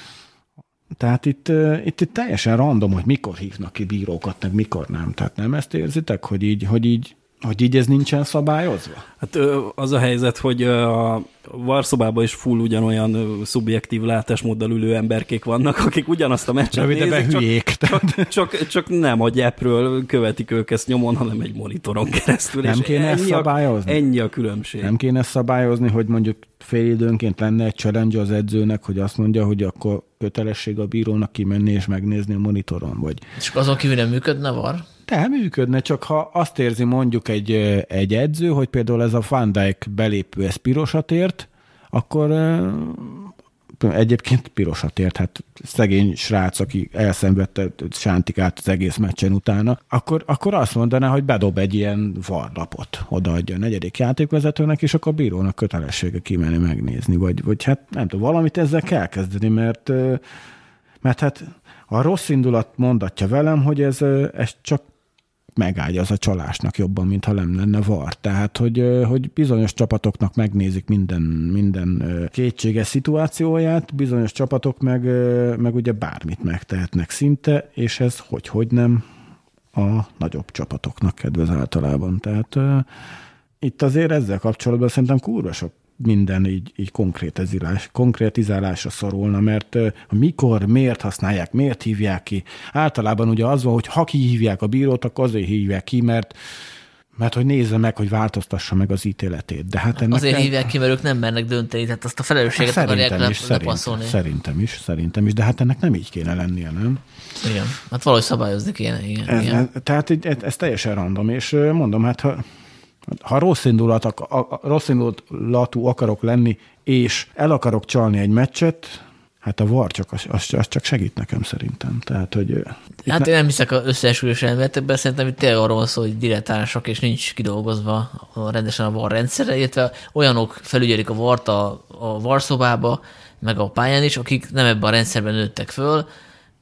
Tehát itt, itt, itt teljesen random, hogy mikor hívnak ki bírókat, meg mikor nem. Tehát nem ezt érzitek, hogy így, hogy így Hogy így ez nincsen szabályozva? Hát az a helyzet, hogy a varszobában is full ugyanolyan szubjektív látásmóddal ülő emberkék vannak, akik ugyanazt a meccset nézik, hülyék, csak, csak, csak, csak nem a gyepről követik ők ezt nyomon, hanem egy monitoron keresztül. Nem kéne ezt szabályozni? A, ennyi a különbség. Nem kéne ezt szabályozni, hogy mondjuk fél időnként lenne egy challenge az edzőnek, hogy azt mondja, hogy akkor kötelesség a bírónak kimenni és megnézni a monitoron, vagy... És azon kívül nem működne var? De működne, csak ha azt érzi mondjuk egy, egy edző, hogy például ez a Van Dijk belépő, ez pirosat ért, akkor egyébként pirosat ért, hát szegény srác, aki elszenvedte sántikát az egész meccsen utána, akkor, akkor azt mondaná, hogy bedob egy ilyen varlapot, odaadja a negyedik játékvezetőnek, és akkor a bírónak kötelessége kimenni megnézni, vagy, vagy hát nem tudom, valamit ezzel kell kezdeni, mert, mert hát a rossz indulat mondatja velem, hogy ez, ez csak megállja a csalásnak jobban, mintha nem lenne var. Tehát, hogy, hogy bizonyos csapatoknak megnézik minden, minden kétséges szituációját, bizonyos csapatok meg, meg ugye bármit megtehetnek szinte, és ez hogy-hogy nem a nagyobb csapatoknak kedvez általában. Tehát itt azért ezzel kapcsolatban szerintem kurva sok minden így, így konkrétizálás, konkrétizálásra szorulna, mert uh, mikor, miért használják, miért hívják ki. Általában ugye az van, hogy ha kihívják a bírót, akkor azért hívják ki, mert, mert hogy nézze meg, hogy változtassa meg az ítéletét. De hát ennek azért kell... hívják ki, mert ők nem mernek dönteni, tehát azt a felelősséget hát akarják szerintem is, lepasszolni. Szerint, szerintem is, szerintem is, de hát ennek nem így kéne lennie, nem? Igen, hát valahogy szabályozni kéne. Igen, ez, igen. Ez, tehát ez, ez teljesen random, és mondom, hát ha Ha rossz, indulat, a, rossz indulatú akarok lenni, és el akarok csalni egy meccset, hát a var csak, az, az, az csak segít nekem szerintem. Tehát, hogy hát ne... én nem hiszek az összeesküvés elméletekben, szerintem itt tényleg arról van szó, hogy dilettánsok, és nincs kidolgozva a, rendesen a var rendszere, illetve olyanok felügyelik a vart a, a varszobába, meg a pályán is, akik nem ebben a rendszerben nőttek föl,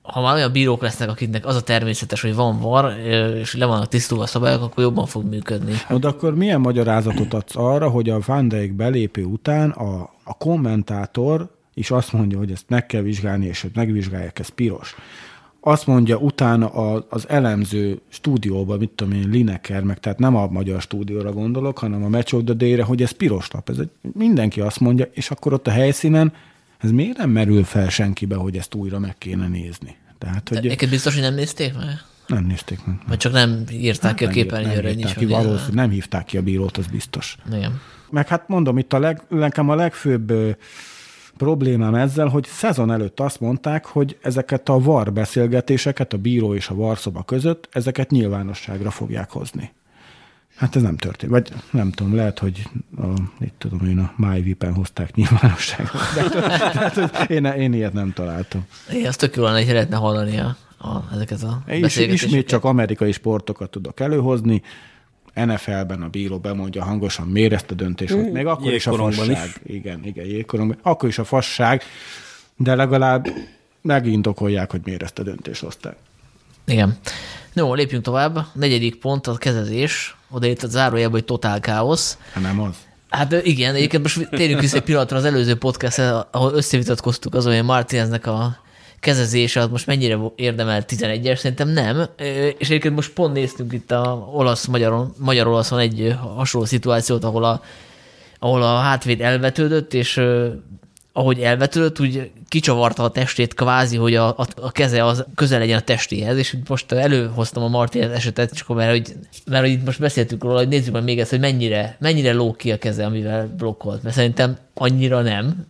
ha már olyan bírók lesznek, akiknek az a természetes, hogy van var, és le vannak tisztulva a szabályok, akkor jobban fog működni. De akkor milyen magyarázatot adsz arra, hogy a Van Dijk belépő után a, a kommentátor is azt mondja, hogy ezt meg kell vizsgálni, és hogy megvizsgálják, ez piros. Azt mondja utána az elemző stúdióban, mit tudom én, Lineker, meg tehát nem a magyar stúdióra gondolok, hanem a Match of the Day-re, hogy ez piros lap. Ez egy, mindenki azt mondja, és akkor ott a helyszínen ez miért nem merül fel senkibe, hogy ezt újra meg kéne nézni? Tehát, hogy... Egyébként biztos, hogy nem nézték meg? Nem nézték meg. Vagy csak nem írták hát ki a képernyőre, hogy nincs. Valószínűleg nem hívták ki a bírót, az biztos. Igen. Meg hát mondom, itt a leg, nekem a legfőbb problémám ezzel, hogy szezon előtt azt mondták, hogy ezeket a var beszélgetéseket a bíró és a varszoba között, ezeket nyilvánosságra fogják hozni. Hát ez nem történt. Vagy nem tudom, lehet, hogy a, itt tudom én, a MyVip-en hozták nyilvánosságra. Tehát, hogy én, én ilyet nem találtam. Igen, az tök jól lenne, hogy lehetne hallani a, a, ezeket a beszélgetéseket. Ismét csak amerikai sportokat tudok előhozni. en ef el-ben a bíró bemondja hangosan, miért ezt a döntést, mm. még akkor is a fasság. Is. Igen, igen, jégkorongban. Akkor is a fasság, de legalább megindokolják, hogy miért ezt a döntést hozták. Igen. No, lépjünk tovább. A negyedik pont a kezezés. Oda itt a zárójelben, hogy totál káosz. Hát nem az. Hát igen, egyébként most térjünk vissza egy pillanatra az előző podcastra, ahol összevitatkoztuk azon, hogy Martineznek a kezezése az most mennyire érdemel tizenegyes, szerintem nem. És egyébként most pont néztünk itt a olasz-magyaron, magyar-olaszon egy hasonló szituációt, ahol a, ahol a hátvéd elvetődött, és ahogy elvetődött, úgy kicsavarta a testét kvázi, hogy a, a, a keze az közel legyen a testéhez, és most előhoztam a Martinez esetet, csak mert hogy, mert hogy itt most beszéltünk róla, hogy nézzük meg még ezt, hogy mennyire, mennyire lóg ki a keze, amivel blokkolt, mert szerintem annyira nem,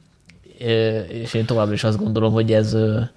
és én továbbra is azt gondolom, hogy ez,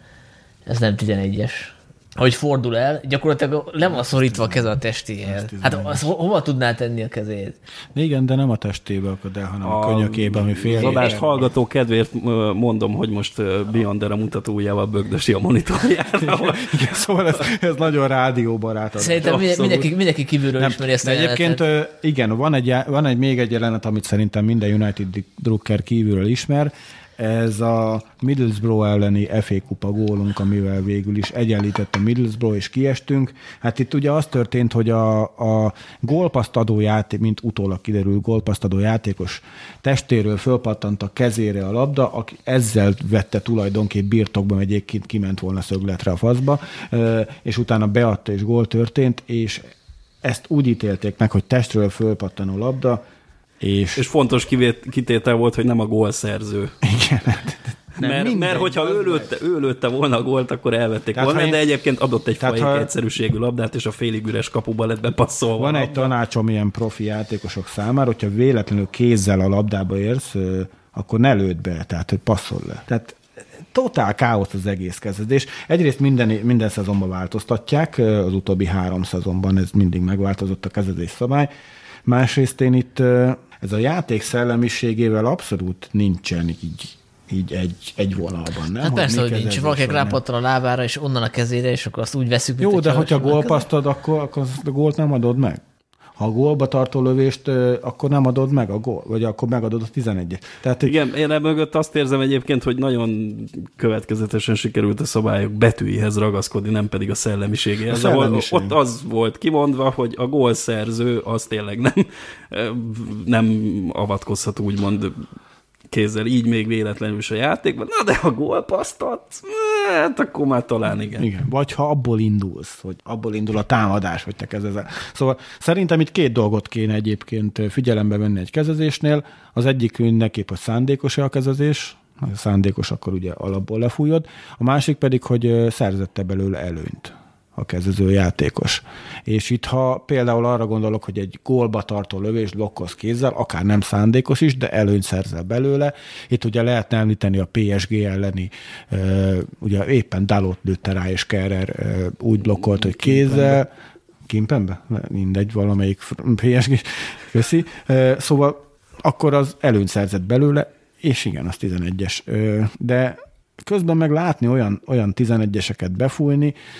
ez nem tizenegyes. Ahogy fordul el, gyakorlatilag le van szorítva a keze a testéhez. Hát az ho- hova tudná tenni a kezét? Igen, de nem a testébe akad el, hanem a, a könyökébe, ami fél. Az adást hallgató kedvéért mondom, hogy most Beyonder a mutatójával bögdösi a monitorját. Igen, szóval ez, ez nagyon rádióbarát. Szerintem mindenki, mindenki kívülről nem, ismeri ezt a egyébként jelenetet. Igen, van egy, van egy még egy jelenet, amit szerintem minden United Drucker kívülről ismer. Ez a Middlesbrough elleni ef á kupa gólunk, amivel végül is egyenlített a Middlesbrough, és kiestünk. Hát itt ugye az történt, hogy a, a gólpasztadó játék, mint utólag kiderül, gólpasztadó játékos testéről fölpattant a kezére a labda, aki ezzel vette tulajdonképp birtokba, egyébként kiment volna szögletre a faszba, és utána beadta, és gól történt, és ezt úgy ítélték meg, hogy testről fölpattanó labda, És, és fontos kivét, kitétel volt, hogy nem a gólszerző. Igen. Nem, mert, mindegy, mert hogyha ő lőtte, ő lőtte volna a gólt, akkor elvették tehát volna, én, de egyébként adott egy fajék ha, egyszerűségű labdát, és a félig üres kapuba lett bepasszolva. Van egy tanácsom ilyen profi játékosok számára, hogyha véletlenül kézzel a labdába érsz, akkor ne lőd be, tehát hogy passzol le. Tehát totál káosz az egész kezdés. Egyrészt minden, minden szezonban változtatják, az utóbbi három szezonban ez mindig megváltozott a kezdés szabály. Másrészt én itt ez a játék szellemiségével abszolút nincsen így, így egy, egy vonalban. Nem? Hát persze, hogy nincs. Valakinek rápattan a lábára, és onnan a kezére, és akkor azt úgy veszük, mint jó, de hogyha gólpasztad, akkor, akkor a gólt nem adod meg. Ha a gólba tartó lövést, akkor nem adod meg a gól, vagy akkor megadod a tizenegyet. Tehát, igen, én emögött azt érzem egyébként, hogy nagyon következetesen sikerült a szabályok betűihez ragaszkodni, nem pedig a szellemiségéhez. A szellemiség. Ott az volt kimondva, hogy a gólszerző az tényleg nem, nem avatkozhat úgymond kézzel, így még véletlenül is a játékban. Na de ha gólpasztat, hát akkor már talán igen. Igen. Vagy ha abból indulsz, hogy abból indul a támadás, hogy te kezezel. Szóval szerintem itt két dolgot kéne egyébként figyelembe venni egy kezezésnél. Az egyik mindenképp, hogy szándékos-e a kezezés, ha szándékos, akkor ugye alapból lefújod. A másik pedig, hogy szerzette belőle előnyt a kezező játékos. És itt, ha például arra gondolok, hogy egy gólba tartó lövés blokkoz kézzel, akár nem szándékos is, de előnyt szerzel belőle. Itt ugye lehetne említeni a pé es gé elleni, ugye éppen Dalot lőtte rá, és Kerrer úgy blokkolt, hogy kézzel. Kimpenbe? Mindegy, valamelyik pé es gé. Köszi. Szóval akkor az előnyt szerzett belőle, és igen, az tizenegyes. De közben meg látni olyan, olyan tizenegyeseket befújni,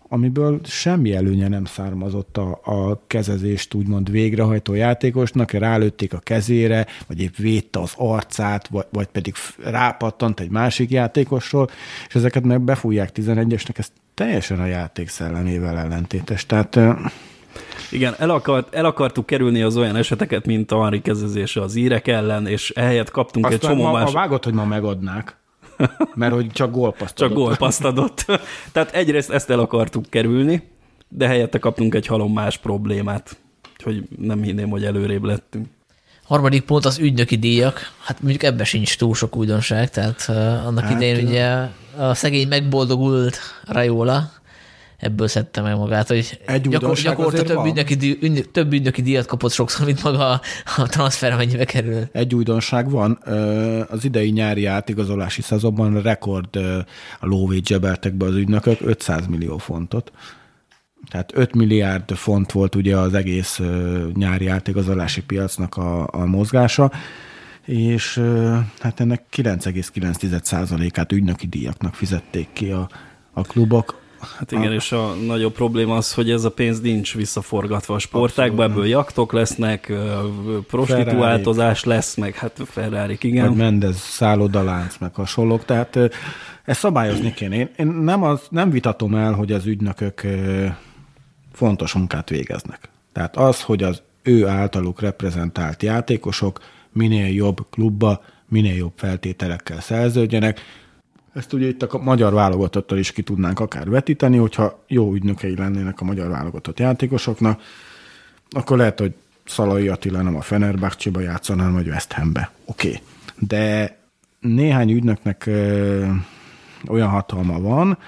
amiből semmi előnye nem származott a, a kezezést úgymond végrehajtó játékosnak, rálőtték a kezére, vagy épp védte az arcát, vagy, vagy pedig rápattant egy másik játékosról, és ezeket meg befújják tizenegyesnek, ez teljesen a játék szellemével ellentétes. Tehát... Igen, el, akart, el akartuk kerülni az olyan eseteket, mint a Henry kezezése az írek ellen, és ehelyett kaptunk azt egy csomó ma, más... A vágott, hogy ma megadnák. Mert hogy csak gólpaszt Csak gólpaszt adott. Tehát egyrészt ezt el akartuk kerülni, de helyette kaptunk egy halom más problémát. Úgyhogy nem hinném, hogy előrébb lettünk. Harmadik pont az ügynöki díjak. Hát mondjuk ebben sincs túl sok újdonság, tehát uh, annak hát, idején ugye a szegény megboldogult Raiola ebből szedte meg magát, hogy gyakor, gyakorta több ügynöki, díj, ügynök, több ügynöki díjat kapott sokszor, mint maga a, a transfer, amennyibe kerül. Egy újdonság van, az idei nyári átigazolási szezonban rekord a lóvét zsebeltek be az ügynökök, ötszáz millió fontot. Tehát öt milliárd font volt ugye az egész nyári átigazolási piacnak a, a mozgása, és hát ennek kilenc egész kilenc százalékát ügynöki díjaknak fizették ki a, a klubok. Hát igen, a... és a nagyobb probléma az, hogy ez a pénz nincs visszaforgatva a sportákba, ebből jaktok lesznek, prostituáltozás lesz, meg hát Ferrarik, igen. Vagy Mendez szállodalánc, meg hasonlók, tehát ezt szabályozni kéne. Én, én nem, az, nem vitatom el, hogy az ügynökök fontos munkát végeznek. Tehát az, hogy az ő általuk reprezentált játékosok minél jobb klubba, minél jobb feltételekkel szerződjenek. Ezt ugye itt a magyar válogatottal is ki tudnánk akár vetíteni, hogyha jó ügynökei lennének a magyar válogatott játékosoknak, akkor lehet, hogy Szalai Attila nem a Fenerbahcséba játszana, hanem vagy West Hambe. Oké. Okay. De néhány ügynöknek ö, olyan hatalma van,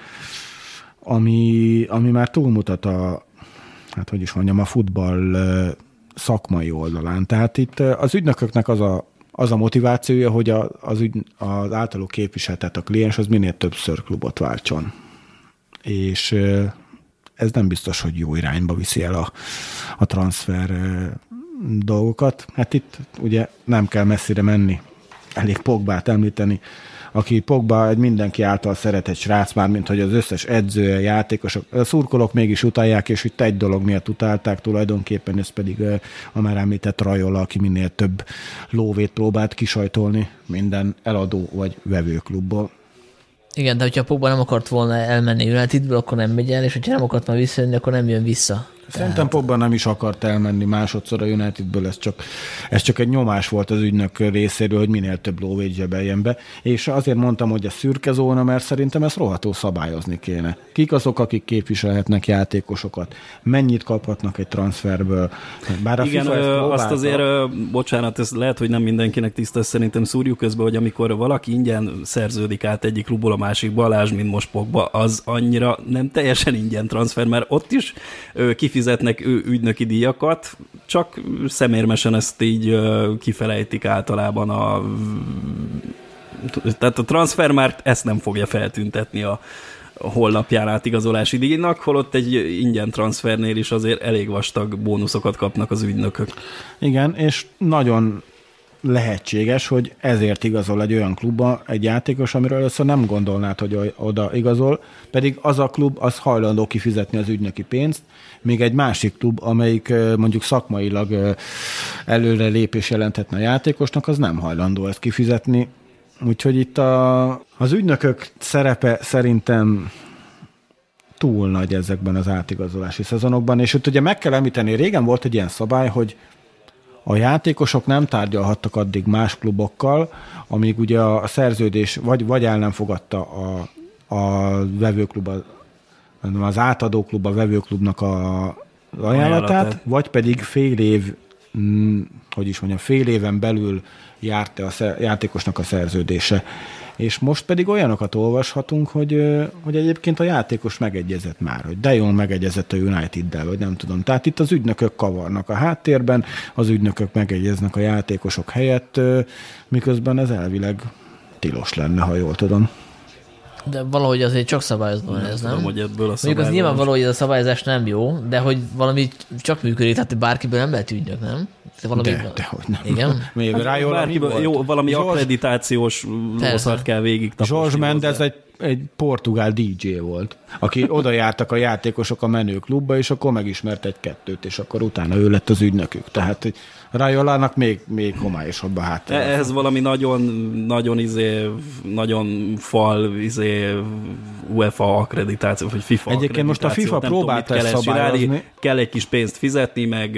ami, ami már túlmutat a, hát hogy is mondjam, a futball ö, szakmai oldalán. Tehát itt ö, az ügynököknek az a az a motivációja, hogy a, az, ügy, az általuk képviseltet a kliens az minél többször klubot váltson. És ez nem biztos, hogy jó irányba viszi el a, a transfer dolgokat. Hát itt ugye nem kell messzire menni, elég Pogbát említeni, aki Pogba egy mindenki által szeretett srác, már mint hogy az összes edzője, játékosok, a szurkolók mégis utálják, és itt egy dolog miatt utálták tulajdonképpen, ez pedig a már említett Raiola, aki minél több lóvét próbált kisajtolni minden eladó vagy vevőklubból. Igen, de hogyha Pogba nem akart volna elmenni Unitedből, akkor nem megy el, és hogyha nem akart már visszajönni, akkor nem jön vissza. Szerintem Tehát... Pogba nem is akart elmenni másodszor a Unitedből, ez csak, ez csak egy nyomás volt az ügynök részéről, hogy minél több lóvét zsebeljen be, és azért mondtam, hogy a szürke zóna, mert szerintem ezt rohadtul szabályozni kéne. Kik azok, akik képviselhetnek játékosokat? Mennyit kaphatnak egy transferből? Bár a Igen, FIFA ö, azt azért, ö, bocsánat, ez lehet, hogy nem mindenkinek tiszta, szerintem szúrjuk közben, hogy amikor valaki ingyen szerződik át egyik klubból a másik Balázs, mint most Pogba, az annyira nem teljesen ingyen transfer, mert ott is ö, kifizetnek ő ügynöki díjakat, csak szemérmesen ezt így kifelejtik általában a... Tehát a Transfermarkt ezt nem fogja feltüntetni a honlapján átigazolási díjnak, holott egy ingyen transfernél is azért elég vastag bónuszokat kapnak az ügynökök. Igen, és nagyon lehetséges, hogy ezért igazol egy olyan klubba egy játékos, amiről először nem gondolnád, hogy oda igazol, pedig az a klub az hajlandó kifizetni az ügynöki pénzt, még egy másik klub, amelyik mondjuk szakmailag előre lépés jelenthetne a játékosnak, az nem hajlandó ezt kifizetni. Úgyhogy itt a, az ügynökök szerepe szerintem túl nagy ezekben az átigazolási szezonokban, és itt ugye meg kell említeni, régen volt egy ilyen szabály, hogy a játékosok nem tárgyalhattak addig más klubokkal, amíg ugye a szerződés vagy, vagy el nem fogadta a, a vevőklub, az átadó klub a vevőklubnak a ajánlatát, ajánlatát, vagy pedig fél év, hogy is mondjam, fél éven belül járt a szer, játékosnak a szerződése. És most pedig olyanokat olvashatunk, hogy, hogy egyébként a játékos megegyezett már, hogy De Jong megegyezett a United-del, vagy nem tudom. Tehát itt az ügynökök kavarnak a háttérben, az ügynökök megegyeznek a játékosok helyett, miközben ez elvileg tilos lenne, ha jól tudom. De valahogy azért csak szabályozva van ez, nem? Tudom, hogy ebből a Mondjuk az nyilvánvaló, hogy ez a szabályozás nem jó, de hogy valami csak működik, tehát bárkiből nem lehet ügynök, nem? De, valami... de, de hogy nem. Igen? Hát, bárkiből, jó, valami George... akkreditációs lószart kell végig taposni. George Mendes egy egy portugál dé dzsé volt, aki oda jártak a játékosok a menőklubba, és akkor megismert egy-kettőt, és akkor utána ő lett az ügynökük. Tehát Raiolának még, még homályosabb a háttér. Ehhez valami nagyon, nagyon izé, nagyon fal izé UEFA akkreditáció, vagy FIFA Egyébként most a FIFA próbálta ezt szabályozni. Kell egy kis pénzt fizetni, meg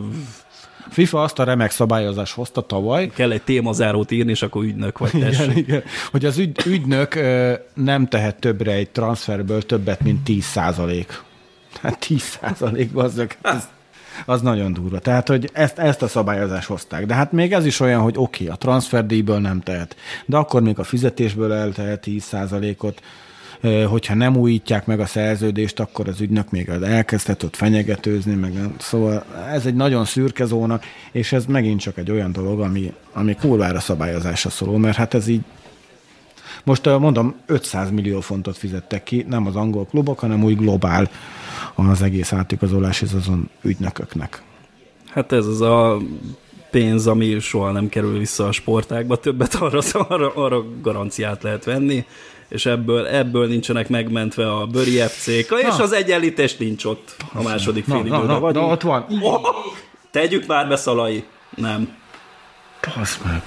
FIFA azt a remek szabályozást hozta tavaly. Kell egy témazárót írni, és akkor ügynök vagy, tessék. Igen, igen. Hogy az ügy, ügynök nem tehet többre egy transferből többet, mint tíz százalék. Hát tíz százalék, bazzak. Az, az nagyon durva. Tehát, hogy ezt, ezt a szabályozást hozták. De hát még ez is olyan, hogy oké, okay, a transferdíjből nem tehet. De akkor még a fizetésből eltehet tíz százalékot. Hogyha nem újítják meg a szerződést, akkor az ügynök még elkezdhet ott fenyegetőzni, meg szóval ez egy nagyon szürke zóna, és ez megint csak egy olyan dolog, ami, ami kurvára szabályozásra szóló, mert hát ez így most mondom, ötszáz millió fontot fizettek ki, nem az angol klubok, hanem úgy globál az egész átigazolási azon ügynököknek. Hát ez az a pénz, ami soha nem kerül vissza a sportágba, többet arra, arra, arra garanciát lehet venni, és ebből, ebből nincsenek megmentve a Böri ef cé-k, és az egyenlítés nincs ott a második fél időre. Na, na, na, ott van. Oh, tegyük már be, Szalai. Nem. Passz meg.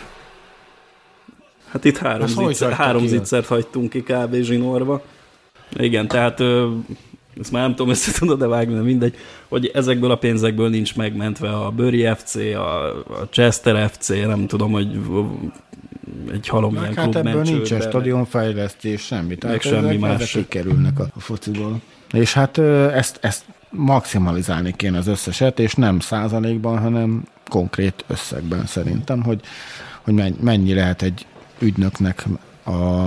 Hát itt három, zicser, három zicsert hagytunk ki kb. Zsinórba. Igen, tehát ezt már nem tudom, össze tudod-e vágni, de mindegy, hogy ezekből a pénzekből nincs megmentve a Böri ef cé, a, a Chester ef cé, nem tudom, hogy egy halom ilyen klub hát ebből mencsőbe. nincsen stadionfejlesztés, semmi. Meg semmi ezek, más. Ezek kikerülnek a, a fociból. És hát ezt, ezt maximalizálni kéne az összeset, és nem százalékban, hanem konkrét összegben szerintem, hogy, hogy mennyi lehet egy ügynöknek a,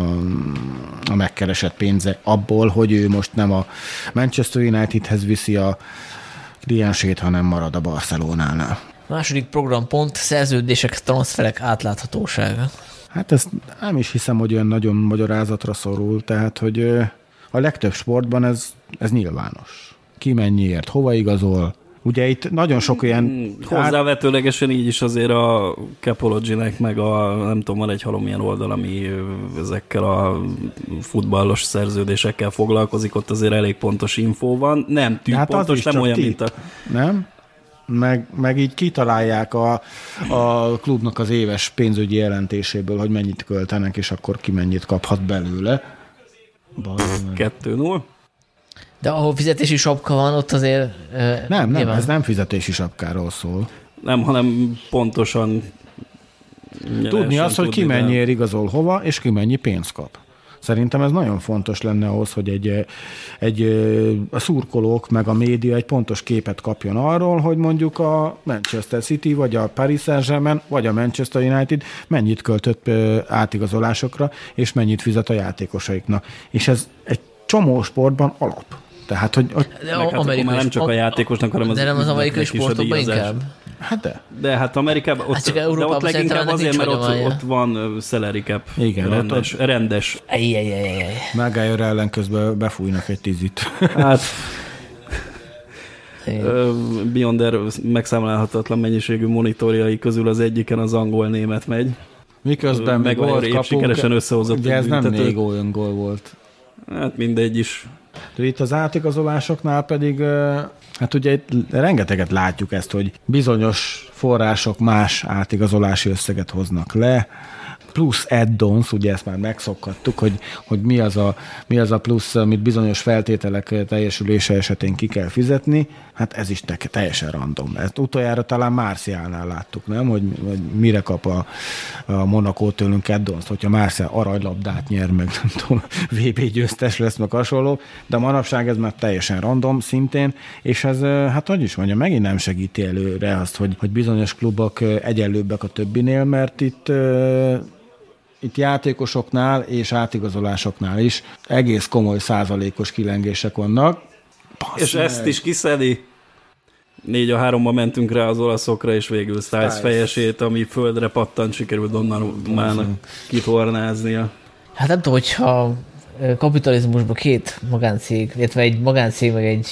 a megkeresett pénze abból, hogy ő most nem a Manchester Unitedhez viszi a kliensét, hanem marad a Barcelonánál. Második programpont, szerződések, transferek átláthatósága. Hát ezt nem is hiszem, hogy olyan nagyon magyarázatra szorul, tehát, hogy a legtöbb sportban ez, ez nyilvános. Ki mennyiért, hova igazol. Ugye itt nagyon sok ilyen... Hozzávetőlegesen így is azért a Capology-nek meg a, nem tudom, van egy halom ilyen oldal, ami ezekkel a futballos szerződésekkel foglalkozik, ott azért elég pontos infó van. Nem tűpontos, hát nem olyan, tip, mint a... Nem? Meg, meg így kitalálják a, a klubnak az éves pénzügyi jelentéséből, hogy mennyit költenek, és akkor ki mennyit kaphat belőle. kettő null. De ahol fizetési sapka van, ott azért... Nem, nem, nyilván. Ez nem fizetési sapkáról szól. Nem, hanem pontosan... Tudni azt, hogy ki mennyiért igazol hova, és ki mennyi pénzt kap. Szerintem ez nagyon fontos lenne ahhoz, hogy egy, egy, a szurkolók meg a média egy pontos képet kapjon arról, hogy mondjuk a Manchester City, vagy a Paris Saint-Germain, vagy a Manchester United mennyit költött átigazolásokra, és mennyit fizet a játékosaiknak. És ez egy csomó sportban alap. Tehát, hogy... hogy hát amerikai nem csak a játékosnak, hanem az... De nem az amerikai sportokban inkább? Hát de. De hát Amerikában... Ott, hát de ott leginkább azért, mert ott, ott van salary cap. Igen. Rendes. Ott, rendes. Maguire ellen közben befújnak egy tízit. Hát... Beyonder megszámlálhatatlan mennyiségű monitorjai közül az egyiken az angol-német megy. Miközben meg gólt kapunk, sikeresen összehozott. Ugye ez nem négy olyan gól volt. Hát mindegy is. De itt az átigazolásoknál pedig, hát ugye itt rengeteget látjuk ezt, hogy bizonyos források más átigazolási összeget hoznak le, plusz add-ons, ugye ezt már megszokhattuk, hogy, hogy mi, az a, mi az a plusz, amit bizonyos feltételek teljesülése esetén ki kell fizetni, hát ez is te, teljesen random. Ezt utoljára talán Martialnál láttuk, nem? Hogy, hogy mire kap a, a Monaco tőlünk add-ons, hogyha Martial aranylabdát nyer, meg nem tudom, vé bé győztes lesz, meg hasonló, de manapság ez már teljesen random szintén, és ez, hát hogy is mondjam, megint nem segíti előre azt, hogy, hogy bizonyos klubok egyenlőbbek a többinél, mert itt itt játékosoknál és átigazolásoknál is egész komoly százalékos kilengések vannak. Passz és meg. Ezt is kiszedi. Négy a háromba mentünk rá az olaszokra, és végül Stiles fejesét, ami földre pattant, sikerült Donnarummának kitornáznia. Hát nem tudom, hogyha kapitalizmusban két magáncég, illetve egy magáncég meg egy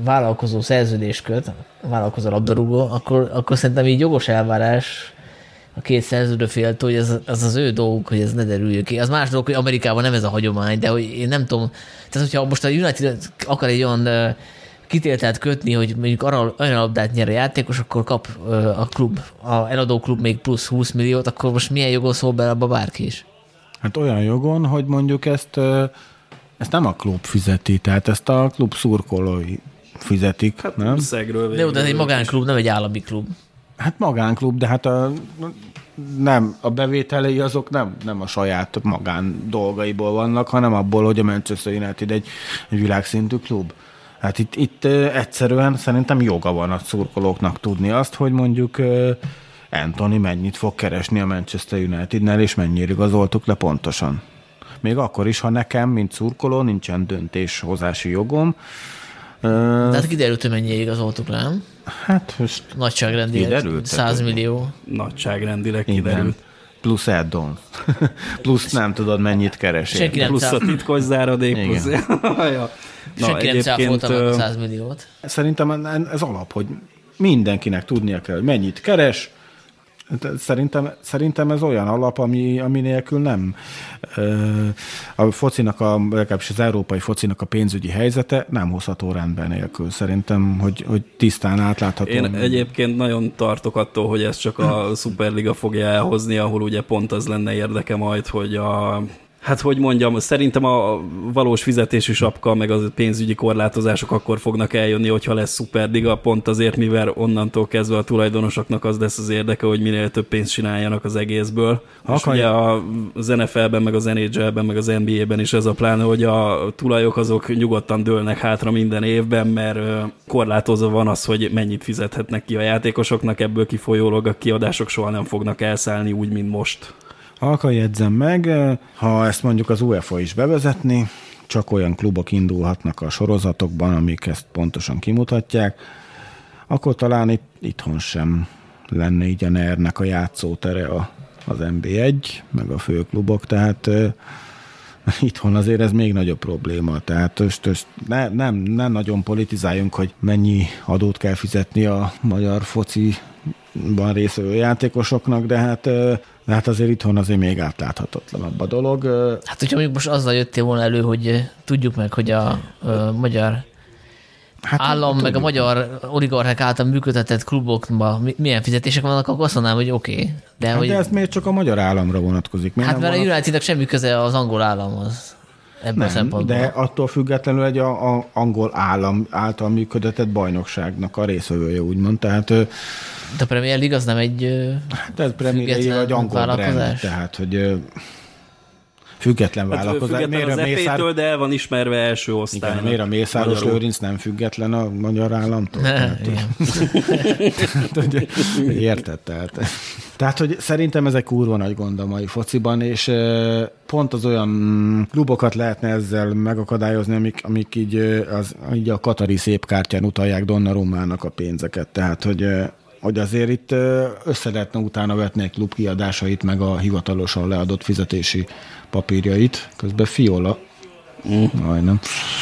vállalkozó szerződést köt, vállalkozó labdarúgó, akkor, akkor szerintem így jogos elvárás a két szerződő féltől, hogy ez, az az ő dolguk, hogy ez ne derüljön ki. Az más dolog, hogy Amerikában nem ez a hagyomány, de hogy én nem tudom, tehát hogyha most a United akar egy olyan kitételt kötni, hogy mondjuk arra olyan labdát nyer a játékos, akkor kap a klub, a eladó klub még plusz húsz milliót, akkor most milyen jogon szól bele abba bárki is? Hát olyan jogon, hogy mondjuk ezt, ezt nem a klub fizeti, tehát ezt a klub szurkolói fizetik, hát, nem? De jó, de ez egy magánklub, nem egy állami klub. Hát magánklub, de hát a, nem, a bevételei azok nem, nem a saját magán dolgaiból vannak, hanem abból, hogy a Manchester United egy, egy világszintű klub. Hát itt, itt egyszerűen szerintem joga van a szurkolóknak tudni azt, hogy mondjuk Anthony mennyit fog keresni a Manchester Unitednel, és mennyire igazoltuk le pontosan. Még akkor is, ha nekem, mint szurkoló, nincsen döntéshozási jogom. Tehát kiderült, hogy mennyire igazoltuk le, nem? Hát most nagyságrendileg száz millió. Nagyságrendileg kiderült. Plusz add-on. Plusz nem tudod, mennyit keresni. Plusz a titkos záradék. Plusz... ja. Na, senki nem cáfolta meg a száz milliót. Szerintem ez alap, hogy mindenkinek tudnia kell, hogy mennyit keres. Szerintem, szerintem ez olyan alap, ami, ami nélkül nem. A focinak, a, legalábbis az európai focinak a pénzügyi helyzete nem hozható rendben nélkül. Szerintem, hogy, hogy tisztán átlátható. Én egyébként nagyon tartok attól, hogy ezt csak a Superliga fogja elhozni, ahol ugye pont az lenne érdeke majd, hogy a... Hát, hogy mondjam, szerintem a valós fizetési sapka, meg a pénzügyi korlátozások akkor fognak eljönni, hogyha lesz Superliga, pont azért, mivel onnantól kezdve a tulajdonosoknak az lesz az érdeke, hogy minél több pénzt csináljanak az egészből. És ugye az en ef el-ben, meg az en há el-ben, meg az en bé á-ben is ez a pláne, hogy a tulajok azok nyugodtan dőlnek hátra minden évben, mert korlátozva van az, hogy mennyit fizethetnek ki a játékosoknak, ebből kifolyólag a kiadások soha nem fognak elszállni úgy, mint most. Halkan jegyzem meg, ha ezt mondjuk az UEFA is bevezetni, csak olyan klubok indulhatnak a sorozatokban, amik ezt pontosan kimutatják, akkor talán itt, itthon sem lenne így a en e er-nek a játszótere a, az en bé egy, meg a főklubok, tehát uh, itthon azért ez még nagyobb probléma. Tehát öst, öst, ne, nem, nem nagyon politizáljunk, hogy mennyi adót kell fizetni a magyar fociban részvevő játékosoknak, de hát De hát azért itthon azért még átláthatatlanabb a dolog. Hát, hogyha mondjuk most azzal jöttél volna elő, hogy tudjuk meg, hogy a, a magyar hát, állam, meg a magyar oligarchák által működtetett klubokban milyen fizetések vannak, akkor azt mondanám, hogy oké. Okay. De, hát hogy... de ez miért csak a magyar államra vonatkozik? Miért hát mert vonat... a Unitednek semmi köze az angol államhoz. Ebben nem, de attól függetlenül egy a, a angol állam által működtetett bajnokságnak a részvevője, úgymond. Tehát de a Premier League az nem egy hát ez Premier League vagy angol brand, tehát hogy független hát vállalkozás. Független az ef á-től, de el van ismerve első osztálynak. Igen, miért a Mészáros Magyarul. Lőrinc nem független a magyar államtól? Tehát, hogy, érted? Tehát, tehát, hogy szerintem ez egy kurva nagy gond a mai fociban, és pont az olyan klubokat lehetne ezzel megakadályozni, amik, amik így, az, így a katari szép kártyán utalják Donnarummának a pénzeket. Tehát, hogy hogy azért itt össze lehetne utána vetni egy klub kiadásait, meg a hivatalosan leadott fizetési papírjait. Közben Fiola. Mm. Majdnem.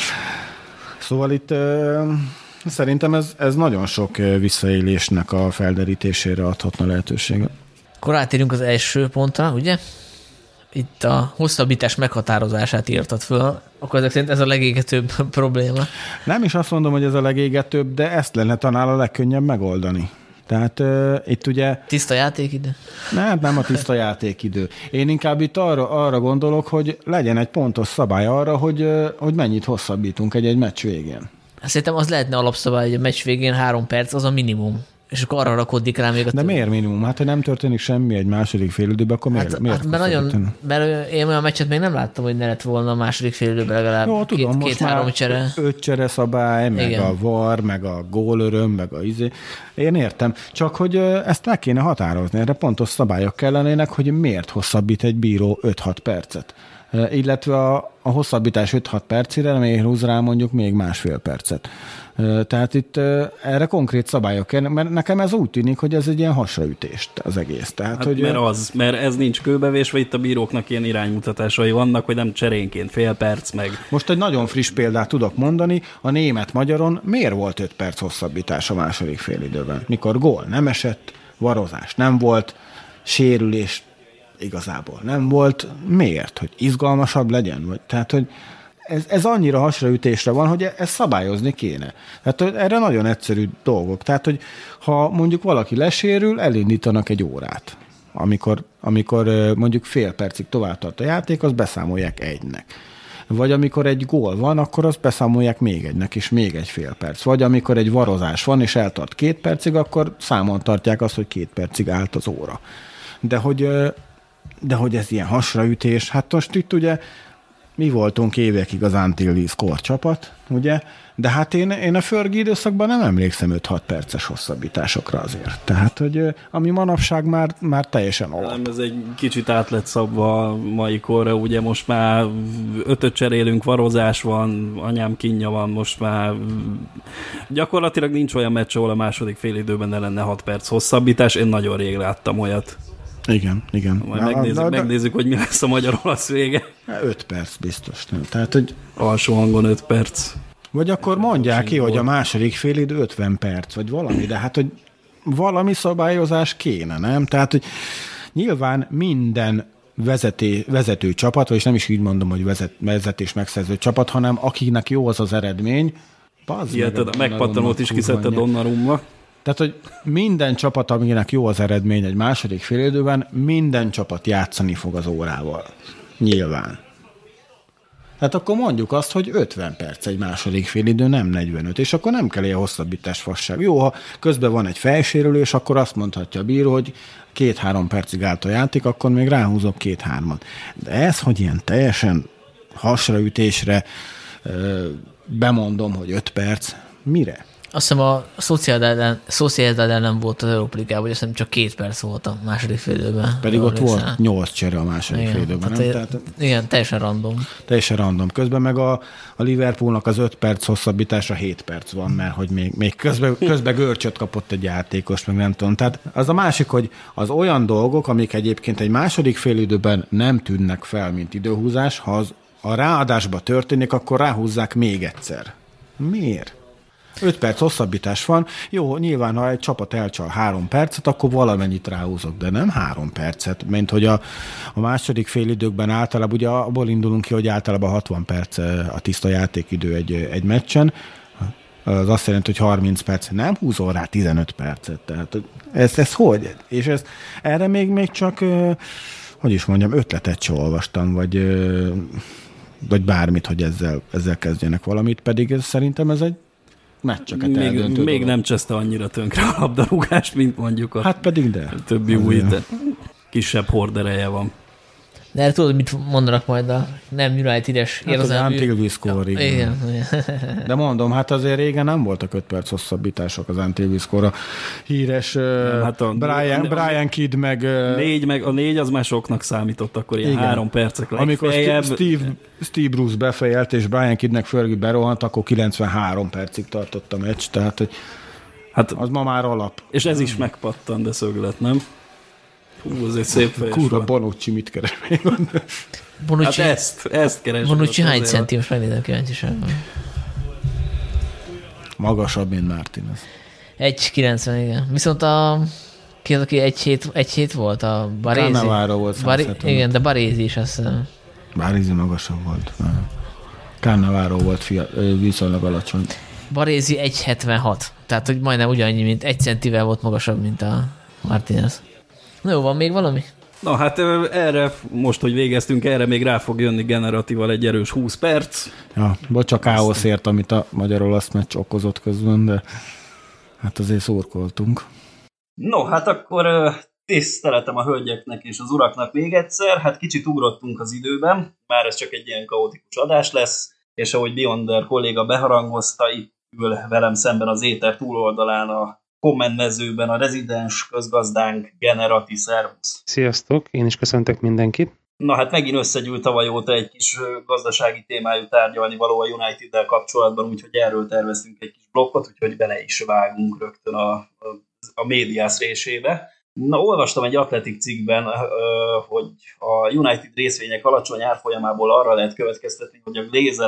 Szóval itt szerintem ez, ez nagyon sok visszaélésnek a felderítésére adhatna lehetőséget. Akkor átérünk az első pontra, ugye? Itt a hosszabbítás meghatározását írtad föl, akkor ezek szerint ez a legégetőbb probléma. Nem is azt mondom, hogy ez a legégetőbb, de ezt lenne talán a legkönnyebb megoldani. Tehát uh, itt ugye... Tiszta játékidő? Nem, nem a tiszta játékidő. Én inkább itt arra, arra gondolok, hogy legyen egy pontos szabály arra, hogy, uh, hogy mennyit hosszabbítunk egy-egy meccs végén. Szerintem az lehetne alapszabály, hogy a meccs végén három perc, az a minimum. És akkor arra rakodik rá még a... De miért minimum? Hát ha nem történik semmi egy második félidőben, akkor miért, hát, miért hát, mert, nagyon, mert én olyan meccset még nem láttam, hogy ne lett volna a második félidőben legalább jó, tudom, két, két-három csere. Öt csere szabály, meg igen. A var, meg a gólöröm, meg a izé. Én értem. Csak hogy ezt meg kéne határozni. Erre pontos szabályok kellenének, hogy miért hosszabbít egy bíró öt-hat percet. Illetve a, a hosszabbítás öt-hat percére még húz rá mondjuk még másfél percet. Tehát itt erre konkrét szabályok kell, mert nekem ez úgy tűnik, hogy ez egy ilyen hasraütést az egész. Tehát, hát hogy mert az, mert ez nincs kőbevésve, itt a bíróknak ilyen iránymutatásai vannak, hogy nem cserénként fél perc meg. Most egy nagyon friss példát tudok mondani, a német-magyaron miért volt öt perc hosszabbítás a második félidőben? Mikor gól nem esett, varozás nem volt, sérülés igazából nem volt. Miért? Hogy izgalmasabb legyen? Vagy, tehát, hogy ez, ez annyira hasraütésre van, hogy ezt szabályozni kéne. Tehát hogy erre nagyon egyszerű dolgok. Tehát, hogy ha mondjuk valaki lesérül, elindítanak egy órát. Amikor, amikor mondjuk fél percig tovább tart a játék, azt beszámolják egynek. Vagy amikor egy gól van, akkor azt beszámolják még egynek, és még egy fél perc. Vagy amikor egy varozás van, és eltart két percig, akkor számon tartják azt, hogy két percig állt az óra. De hogy, de hogy ez ilyen hasraütés, hát most itt ugye mi voltunk évekig az Until We Score csapat, ugye? De hát én, én a Fergie időszakban nem emlékszem öt-hat perces hosszabbításokra azért. Tehát, hogy ami manapság már, már teljesen alap. Nem, ez egy kicsit át lett szabva a mai korra, ugye most már ötöt cserélünk, varozás van, anyám kínja van, most már gyakorlatilag nincs olyan meccs, ahol a második fél időben ne lenne hat perc hosszabbítás, én nagyon rég láttam olyat. Igen, igen. Majd megnézzük, de, de, megnézzük, hogy mi lesz a magyar-olasz vége. Öt perc biztos. Nem. Tehát, hogy alsó hangon öt perc. Vagy akkor mondják ki, hogy a második félidő ötven perc, vagy valami, de hát, hogy valami szabályozás kéne, nem? Tehát, hogy nyilván minden vezeté, vezető csapat, vagy nem is így mondom, hogy vezet, vezetés megszerző csapat, hanem akinek jó az az eredmény, bazd meg. Ilyet, megpattanót is kiszedte Donnarumma. Tehát, hogy minden csapat, aminek jó az eredmény egy második félidőben, minden csapat játszani fog az órával. Nyilván. Tehát akkor mondjuk azt, hogy ötven perc egy második félidő, nem negyvenöt, és akkor nem kell ilyen hosszabbítás fasság. Jó, ha közben van egy fejsérülés, akkor azt mondhatja a bíró, hogy két-három percig állt a játék, akkor még ráhúzok két-hármat. De ez, hogy ilyen teljesen hasraütésre bemondom, hogy öt perc, mire? Azt hiszem a Sociedad ellen volt az Európa Ligában, hogy azt hiszem csak két perc volt a második félidőben. Pedig ott volt nyolc csere a második félidőben. Tehát, tehát, igen, teljesen random. Teljesen random. Közben meg a, a Liverpoolnak az öt perc hosszabbításra hét perc van, mert hogy még, még közben, közben görcsöt kapott egy játékos, meg nem tudom. Tehát az a másik, hogy az olyan dolgok, amik egyébként egy második félidőben nem tűnnek fel, mint időhúzás, ha az a ráadásba történik, akkor ráhúzzák még egyszer. Miért? öt perc hosszabbítás van. Jó, nyilván, ha egy csapat elcsal három percet, akkor valamennyit ráhúzok, de nem három percet, mint hogy a, a második félidőkben általában, ugye abból indulunk ki, hogy általában hatvan perc a tiszta játékidő egy, egy meccsen, az azt jelenti, hogy harminc perc, nem húzol rá tizenöt percet. Tehát ez, ez hogy? És ez, erre még, még csak, hogy is mondjam, ötletet se olvastam, vagy, vagy bármit, hogy ezzel, ezzel kezdjenek valamit, pedig ez, szerintem ez egy meccseket még, még nem cseszte annyira tönkre a labdarúgást, mint mondjuk a hát pedig de. többi új, de kisebb hordereje van. De erre tudod, mit mondanak majd a nem United-es érzelmű... Hát az Until We Score, igen. igen. De mondom, hát azért régen nem voltak öt perc hosszabbítások az Until We Score-ra. Híres nem, hát a, Brian, a, Brian Kidd meg... Négy, meg... A négy az már soknak számított, akkor ilyen igen. három percek legfeljebb. Amikor Steve, Steve Bruce befejelt, és Brian Kiddnek Fergie berohant, akkor kilencvenhárom percig tartott a meccs, tehát hogy hát, az ma már alap. És ez is megpattan, de szöglet, nem? Hú, ez egy szép fejes. Kurva, Bonucci mit keres még? Bonucci, hát ezt, ezt keres. Bonucci hány centi? Most megnézem kíváncsiságban. Magasabb, mint Martinez. egy kilencven, igen. Viszont a ki az, aki egy hét, egy hét volt? A Barézi? Cannavaro volt Bari, igen, de Barézi is azt hiszem. Barézi magasabb volt. Cannavaro volt fia, viszonylag alacsony. Barézi egy hetvenhat. Tehát, hogy majdnem ugyannyi, mint egy centivel volt magasabb, mint a Martinez. Na jó, van még valami? Na hát erre, most, hogy végeztünk, erre még rá fog jönni Generatíval egy erős húsz perc. Ja, bocs a káoszért, amit a magyar-olasz meccs okozott közben, de hát azért szurkoltunk. No, hát akkor tiszteletem a hölgyeknek és az uraknak még egyszer. Hát kicsit ugrottunk az időben, már ez csak egy ilyen kaotikus adás lesz, és ahogy Beyonder kolléga beharangozta, itt ül velem szemben az éter túloldalán a kommentmezőben a rezidens közgazdánk Generati, szervusz! Sziasztok, én is köszöntök mindenkit! Na hát megint összegyűlt tavaly óta egy kis gazdasági témájú tárgyalni való a United-del kapcsolatban, úgyhogy erről terveztünk egy kis blokkot, úgyhogy bele is vágunk rögtön a, a, a médiász résébe. Na, olvastam egy Athletic cikkben, hogy a United részvények alacsony árfolyamából arra lehet következtetni, hogy a Glazerek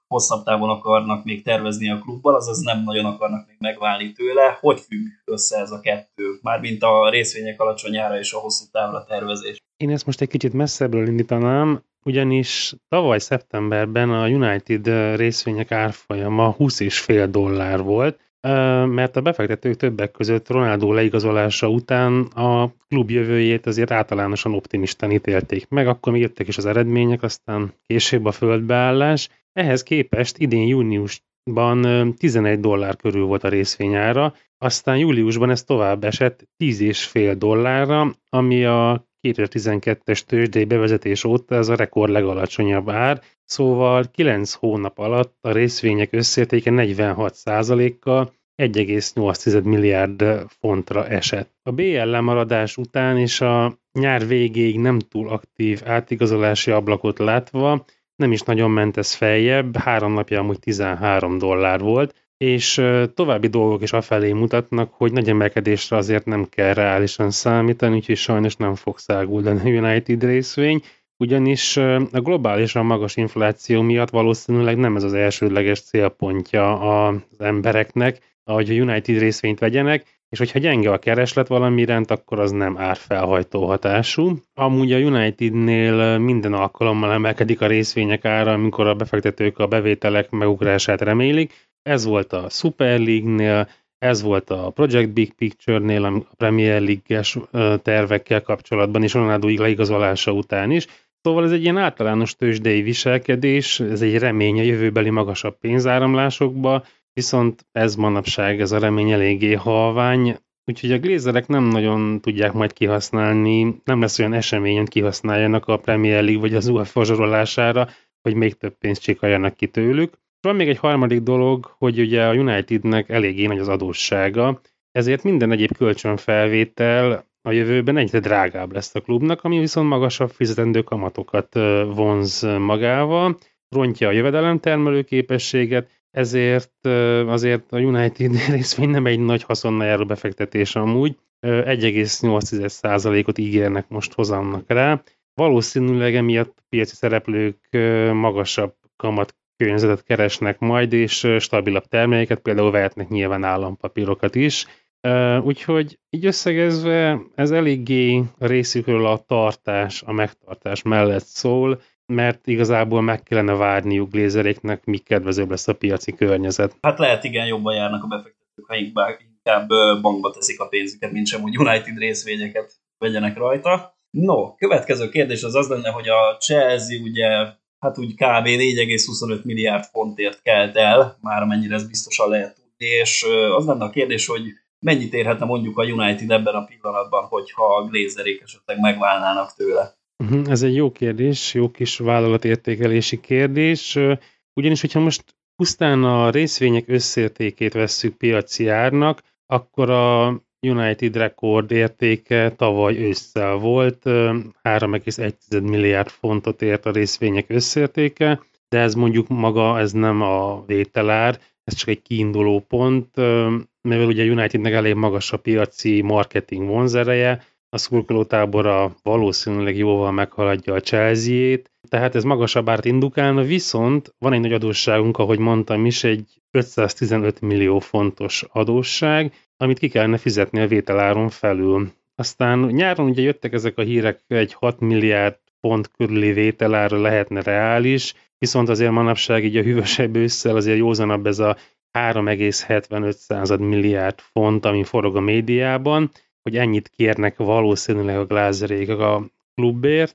hosszabb távon akarnak még tervezni a klubban, azaz nem nagyon akarnak még megválni tőle. Hogy függ össze ez a kettő? Mármint a részvények alacsony ára és a hosszú távra tervezés. Én ezt most egy kicsit messzebbről indítanám, ugyanis tavaly szeptemberben a United részvények árfolyama húsz egész öt dollár volt, mert a befektetők többek között Ronaldo leigazolása után a klub jövőjét azért általánosan optimistán ítélték meg, akkor még jöttek is az eredmények, aztán később a földbeállás. Ehhez képest idén júniusban tizenegy dollár körül volt a részvényára, aztán júliusban ez tovább esett tíz egész öt dollárra, ami a kétezer-tizenkettes tőzsdei bevezetés óta ez a rekord legalacsonyabb ár, szóval kilenc hónap alatt a részvények összértéke negyvenhat százalékkal egy egész nyolc milliárd fontra esett. A bé el lemaradás után és a nyár végéig nem túl aktív átigazolási ablakot látva nem is nagyon ment ez feljebb, három napja amúgy tizenhárom dollár volt, és további dolgok is afelé mutatnak, hogy nagy emelkedésre azért nem kell reálisan számítani, úgyhogy sajnos nem fog száguldani a United részvény, ugyanis a globálisan magas infláció miatt valószínűleg nem ez az elsődleges célpontja az embereknek, ahogy a United részvényt vegyenek, és hogyha gyenge a kereslet valami iránt, akkor az nem árfelhajtó hatású. Amúgy a Unitednél minden alkalommal emelkedik a részvények ára, amikor a befektetők a bevételek megugrását remélik. Ez volt a Super League-nél, ez volt a Project Big Picture-nél, a Premier League-es tervekkel kapcsolatban, és Ronaldo leigazolása után is. Szóval ez egy ilyen általános tőzsdei viselkedés, ez egy remény a jövőbeli magasabb pénzáramlásokba, viszont ez manapság, ez a remény eléggé halvány, úgyhogy a Glazerek nem nagyon tudják majd kihasználni, nem lesz olyan esemény, hogy kihasználjanak a Premier League vagy az u e fá zsarolására, hogy még több pénzt csikaljanak ki tőlük. Van még egy harmadik dolog, hogy ugye a Unitednek eléggé nagy az adóssága, ezért minden egyéb kölcsönfelvétel a jövőben egyre drágább lesz a klubnak, ami viszont magasabb fizetendő kamatokat vonz magával, rontja a jövedelemtermelő képességet, ezért azért a United részvény nem egy nagy haszonnal járó befektetés amúgy, egy egész nyolc százalékot ígérnek most hozamnak rá. Valószínűleg emiatt a piaci szereplők magasabb kamat környezetet keresnek majd, és stabilabb termékeket, például vehetnek nyilván állampapírokat is. Úgyhogy így összegezve ez eléggé a részükről a tartás, a megtartás mellett szól, mert igazából meg kellene várniuk Glazeréknek, míg kedvezőbb lesz a piaci környezet. Hát lehet igen, jobban járnak a befektetők, ha inkább bankba teszik a pénzüket, mint sem úgy United részvényeket vegyenek rajta. No, következő kérdés az az lenne, hogy a Chelsea ugye hát úgy kb. négy egész huszonöt milliárd fontért kelt el, már amennyire ez biztosan lehet tudni, és az lenne a kérdés, hogy mennyit érhetne mondjuk a United ebben a pillanatban, hogyha a Glazerék esetleg megválnának tőle? Ez egy jó kérdés, jó kis vállalatértékelési kérdés, ugyanis, hogyha most pusztán a részvények összértékét vesszük piaci árnak, akkor a United rekord értéke tavaly ősszel volt, három egész egy milliárd fontot ért a részvények összértéke, de ez mondjuk maga, ez nem a vételár, ez csak egy kiinduló pont, mivel ugye a Unitednek elég magas a piaci marketing vonzereje, a szurkolótábora valószínűleg jóval meghaladja a Chelsea-ét, tehát ez magasabb árt indukálna, viszont van egy nagy adósságunk, ahogy mondtam is, egy ötszáztizenöt millió fontos adósság, amit ki kellene fizetni a vételáron felül. Aztán nyáron ugye jöttek ezek a hírek, egy hat milliárd font körüli vételára lehetne reális, viszont azért manapság így a hűvösebb ősszel azért józanabb ez a három egész hetvenöt milliárd font, ami forog a médiában, hogy ennyit kérnek valószínűleg a Glazerék a klubért.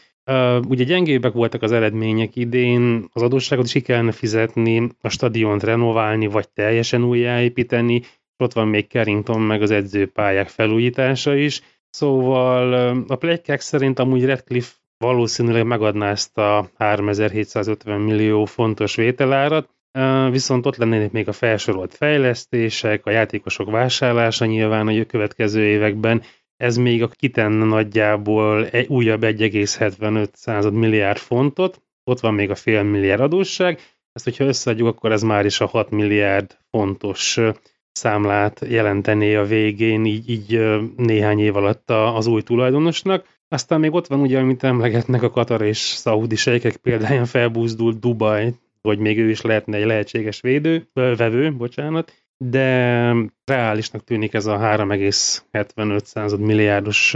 Ugye gyengébbek voltak az eredmények idén, az adósságot is ki kellene fizetni, a stadiont renoválni, vagy teljesen újjáépíteni, és ott van még Carrington meg az edzőpályák felújítása is. Szóval a pletykák szerint amúgy Radcliffe valószínűleg megadná ezt a háromezer-hétszázötven millió fontos vételárat, viszont ott lennének még a felsorolt fejlesztések, a játékosok vásárlása nyilván a következő években, ez még a kitenne nagyjából egy újabb egy egész hetvenöt milliárd fontot, ott van még a fél milliárd adósság, ezt hogyha összeadjuk, akkor ez már is a hat milliárd fontos számlát jelentené a végén, így, így néhány év alatt az új tulajdonosnak. Aztán még ott van ugye, amit emlegetnek a Katar és szaudi sejkek példáján felbúzdult Dubaj, hogy még ő is lehetne egy lehetséges védő, vevő, bocsánat, de reálisnak tűnik ez a három egész hetvenöt milliárdos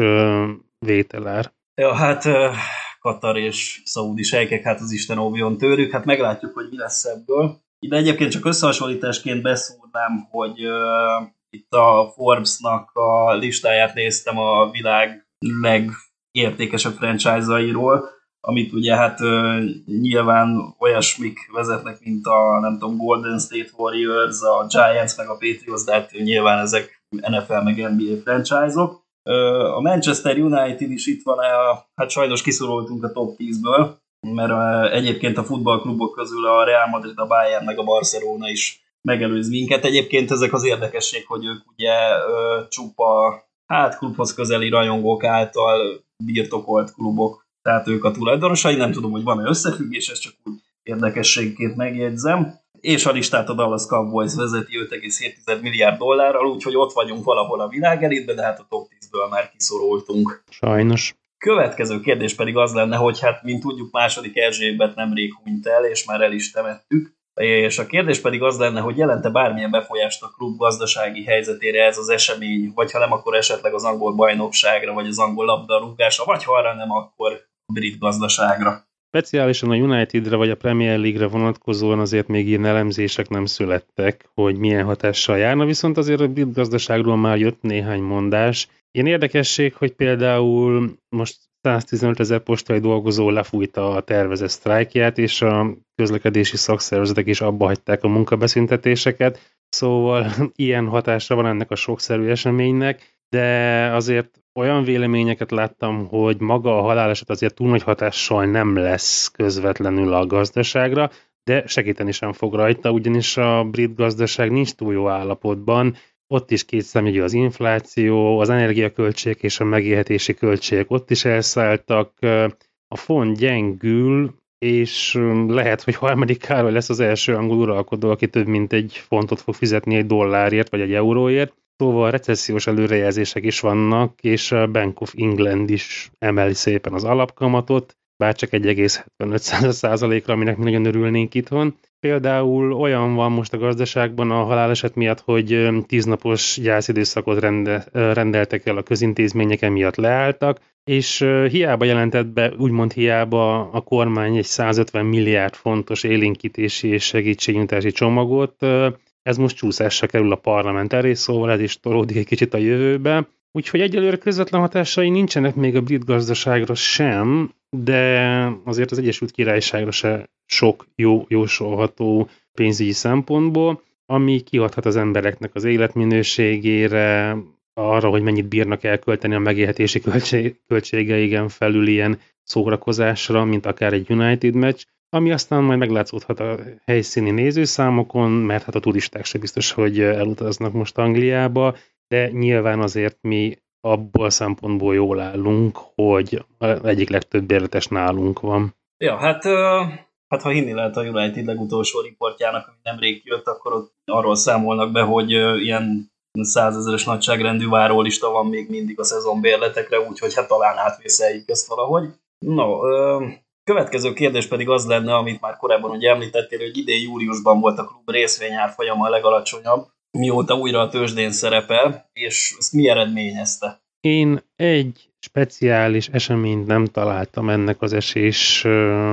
vételár. Ja, hát Katar és szaúdi sejkek, hát az Isten óvjon tőlük, hát meglátjuk, hogy mi lesz ebből. De egyébként csak összehasonlításként beszúrnám, hogy uh, itt a Forbes-nak a listáját néztem a világ legértékesebb franchise-airól, amit ugye hát uh, nyilván olyasmik vezetnek, mint a nem tudom, Golden State Warriors, a Giants, meg a Patriots, de hát nyilván ezek en ef el meg en bé á franchise-ok. Uh, a Manchester United is itt van, a, hát sajnos kiszorultunk a top tízből, mert uh, egyébként a futballklubok közül a Real Madrid, a Bayern meg a Barcelona is megelőz minket. Egyébként ezek az érdekesség, hogy ők ugye uh, csupa, hát klubhoz közeli rajongók által birtokolt klubok, tehát ők a tulajdonosai, nem tudom, hogy van-e összefüggés, ez csak úgy érdekességként megjegyzem. És a listát a Dallas Cowboys vezeti öt egész hét milliárd dollárral, úgyhogy ott vagyunk valahol a világ elitben, de hát a top tízből már kiszorultunk. Sajnos. Következő kérdés pedig az lenne, hogy hát, mint tudjuk, második Erzsébet nemrég hunyt el, és már el is temettük. És a kérdés pedig az lenne, hogy jelente bármilyen befolyást a klub gazdasági helyzetére ez az esemény, vagy ha nem, akkor esetleg az angol bajnokságra, vagy az angol labdarúgásra, vagy ha arra nem, akkor a brit gazdaságra. Speciálisan a Unitedre vagy a Premier League-re vonatkozóan azért még ilyen elemzések nem születtek, hogy milyen hatással járna, viszont azért a brit gazdaságról már jött néhány mondás. Ilyen érdekesség, hogy például most száztizenöt ezer postai dolgozó lefújta a tervezett sztrájkját, és a közlekedési szakszervezetek is abba hagyták a munkabeszüntetéseket, szóval ilyen hatása van ennek a sokszerű eseménynek, de azért olyan véleményeket láttam, hogy maga a haláleset azért túl nagy hatással nem lesz közvetlenül a gazdaságra, de segíteni sem fog rajta, ugyanis a brit gazdaság nincs túl jó állapotban, ott is kétszámjegyű az infláció, az energiaköltség és a megélhetési költségek ott is elszálltak, a font gyengül, és lehet, hogy harmadik Károly lesz az első angol uralkodó, aki több mint egy fontot fog fizetni egy dollárért vagy egy euróért. Szóval recessziós előrejelzések is vannak, és a Bank of England is emeli szépen az alapkamatot, bár csak egy egész hetvenöt százalékra, aminek mi nagyon örülnénk itthon. Például olyan van most a gazdaságban a haláleset miatt, hogy tíznapos gyászidőszakot rende, rendeltek el a közintézmények, emiatt leálltak, és hiába jelentett be, úgymond hiába a kormány egy százötven milliárd fontos élénkítési és segítségnyújtási csomagot, ez most csúszásra kerül a parlament elé, szóval ez is tolódik egy kicsit a jövőbe. Úgyhogy egyelőre közvetlen hatásai nincsenek még a brit gazdaságra sem, de azért az Egyesült Királyságra se sok jó, jósolható pénzügyi szempontból, ami kihathat az embereknek az életminőségére, arra, hogy mennyit bírnak elkölteni a megélhetési költség, költségeigen felül ilyen szórakozásra, mint akár egy United meccs, ami aztán majd meglátszódhat a helyszíni nézőszámokon, mert hát a turisták se biztos, hogy elutaznak most Angliába, de nyilván azért mi abból szempontból jól állunk, hogy egyik legtöbb bérletes nálunk van. Ja, hát, hát ha hinni lehet a United legutolsó riportjának, ami nemrég jött, akkor ott arról számolnak be, hogy ilyen százezeres nagyságrendű várólista van még mindig a szezonbérletekre, úgyhogy hát talán átvészeljük ezt valahogy. No, következő kérdés pedig az lenne, amit már korábban ugye említettél, hogy idén júliusban volt a klub részvényárfolyama a legalacsonyabb, mióta újra a tőzsdén szerepel, és ezt mi eredményezte? Én egy speciális eseményt nem találtam ennek az esés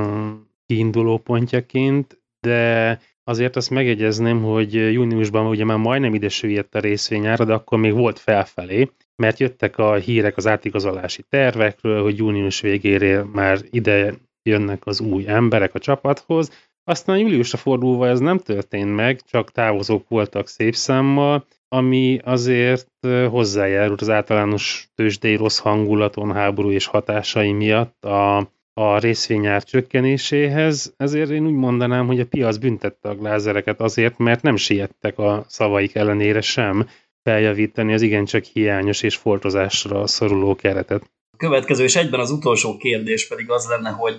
kiinduló pontjaként, de azért azt megjegyezném, hogy júniusban ugye már majdnem ide süllyedt a részvényára, de akkor még volt felfelé, mert jöttek a hírek az átigazolási tervekről, hogy június végére már ide jönnek az új emberek a csapathoz. Aztán júliusra fordulva ez nem történt meg, csak távozók voltak szép számmal, ami azért hozzájárult az általános tőzsdei rossz hangulaton, háború és hatásai miatt a, a részvényár csökkenéséhez. Ezért én úgy mondanám, hogy a piac büntette a glázereket azért, mert nem siettek a szavaik ellenére sem feljavítani az igencsak hiányos és foltozásra szoruló keretet. A következő és egyben az utolsó kérdés pedig az lenne, hogy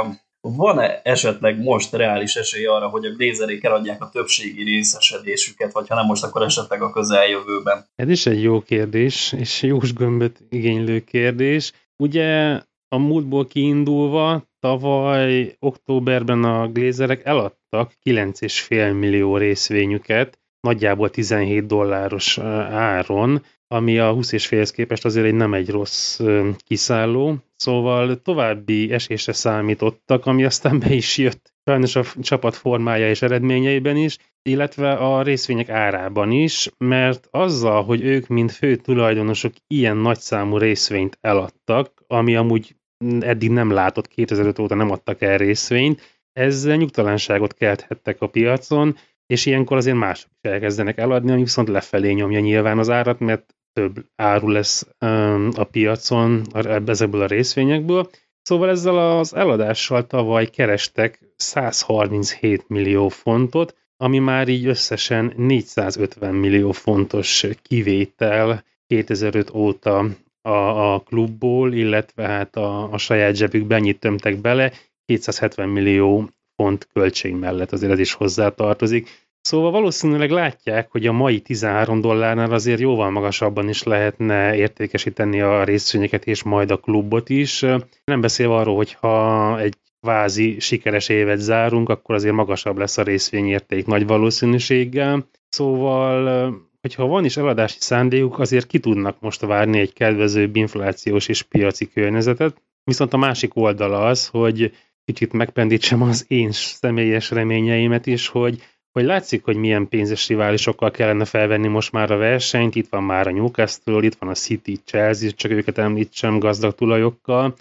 van-e esetleg most reális esély arra, hogy a Glazerék eladják a többségi részesedésüket, vagy ha nem most, akkor esetleg a közeljövőben? Ez is egy jó kérdés, és jós gömböt igénylő kérdés. Ugye a múltból kiindulva tavaly októberben a Glazerek eladták eladtak kilenc egész öt millió részvényüket, nagyjából tizenhét dolláros áron, ami a húsz egész öthez képest azért egy nem egy rossz kiszálló. Szóval további esésre számítottak, ami aztán be is jött sajnos a csapat formája és eredményeiben is, illetve a részvények árában is, mert azzal, hogy ők mint fő tulajdonosok ilyen nagyszámú részvényt eladtak, ami amúgy eddig nem látott, kétezer-öt óta nem adtak el részvényt, ezzel nyugtalanságot kelthettek a piacon, és ilyenkor azért mások is elkezdenek eladni, ami viszont lefelé nyomja nyilván az árat, mert több áru lesz a piacon ezekből a részvényekből. Szóval ezzel az eladással tavaly kerestek száz harminchét millió fontot, ami már így összesen négyszázötven millió fontos kivétel kétezer-öt óta a, a klubból, illetve hát a, a saját zsebükben ennyit tömtek bele, kétszázhetven millió font költség mellett, azért ez is hozzátartozik. Szóval valószínűleg látják, hogy a mai tizenhárom dollárnál azért jóval magasabban is lehetne értékesíteni a részvényeket és majd a klubot is. Nem beszélve arról, hogy ha egy kvázi sikeres évet zárunk, akkor azért magasabb lesz a részvényérték nagy valószínűséggel. Szóval, hogyha van is eladási szándékuk, azért ki tudnak most várni egy kedvezőbb inflációs és piaci környezetet. Viszont a másik oldala az, hogy kicsit megpendítsem az én személyes reményeimet is, hogy hogy látszik, hogy milyen pénzes riválisokkal kellene felvenni most már a versenyt, itt van már a Newcastle, itt van a City, Chelsea, csak őket említsem gazdag tulajokkal,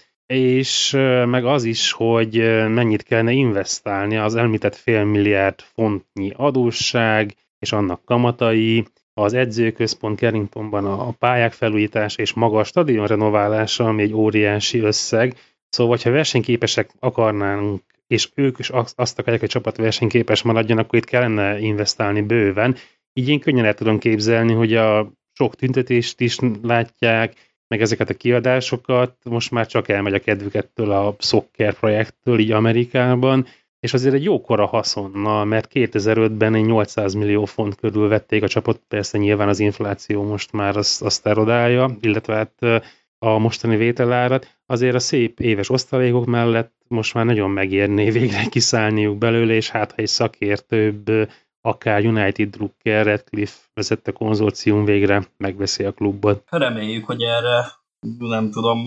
és meg az is, hogy mennyit kellene investálni az említett fél milliárd fontnyi adósság, és annak kamatai, az edzőközpont Carringtonban a pályák felújítása és maga a stadion renoválása, ami egy óriási összeg. Szóval, ha versenyképesek akarnánk, és ők is azt akarják, hogy a csapat versenyképes maradjon, akkor itt kellene investálni bőven. Így én könnyen el tudom képzelni, hogy a sok tüntetést is látják, meg ezeket a kiadásokat, most már csak elmegy a kedvük ettől a soccer projekttől így Amerikában, és azért egy jókora haszonnal, mert kétezer-ötben egy nyolcszáz millió font körül vették a csapat, persze nyilván az infláció most már azt, azt erodálja, illetve hát a mostani vételárat, azért a szép éves osztalékok mellett most már nagyon megérné végre kiszállniuk belőle, és hát ha egy szakértőbb, akár United Drucker, Redcliffe vezette konzorcium végre megveszi a klubot. Reméljük, hogy erre nem tudom,